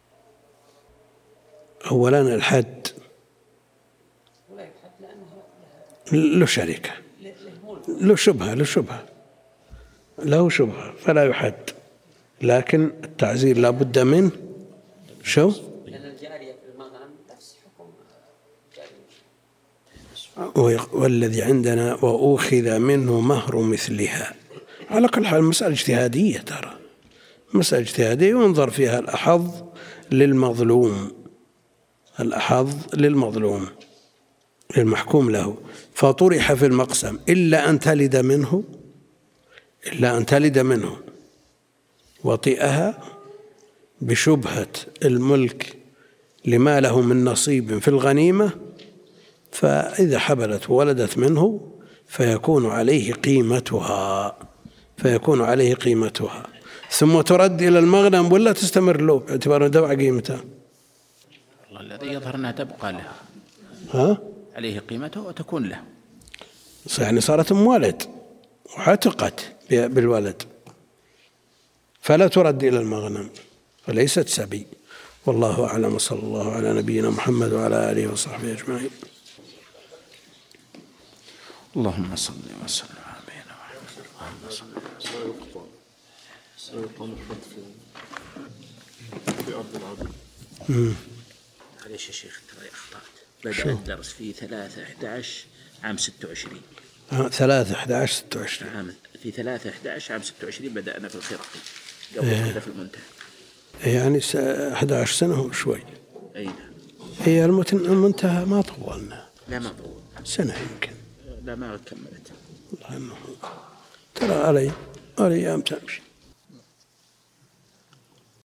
أولا الحد ولا يحد لأنه له شركة، له شبهة، له شبهة له شبهة فلا يحد، لكن التعزير لا بد منه. شو؟ لأن الجارية في المغنم نفس حكم الجارية. والذي عندنا وأخذ منه مهر مثلها، على كل حال مسألة اجتهادية، ترى مسألة اجتهادية ينظر فيها الأحظ للمظلوم، الأحظ للمظلوم للمحكوم له. فطرح في المقسم إلا أن تلد منه، إلا أن تلد منه وطئها بشبهة الملك لما له من نصيب في الغنيمة، فإذا حبلت وولدت منه فيكون عليه قيمتها فيكون عليه قيمتها ثم ترد إلى المغنم ولا تستمر له باعتبار دفع قيمتها؟ والله الذي يظهر أنها تبقى له، ها؟ عليه قيمته وتكون له، يعني صارت أم ولد وعتقت بالولد فلا ترد إلى المغنم فليست سبي. والله أعلم، صلى الله على نبينا محمد وعلى آله وصحبه أجمعين. اللهم صل وسلم على نبينا محمد. اللهم صل وسلم. لا يقام الحد في في أرض العدو. معليش يا شيخ ترى أخطأت، بدأ الدرس في ثلاثة أحد عشر عام ستة وعشرين. ثلاثة أحد عشر ستة وعشرين. عام في ثلاثة أحد عشر عام ستة وعشرين بدأنا في الخرقي قبل كذا في المنتهى. يعني أحد عشر سنة وشوي. أي نعم. هي المنتهى ما طولنا. لا ما طول. سنة يمكن. لا ما كملت. والله إنه ترى علي الأيام تمشي.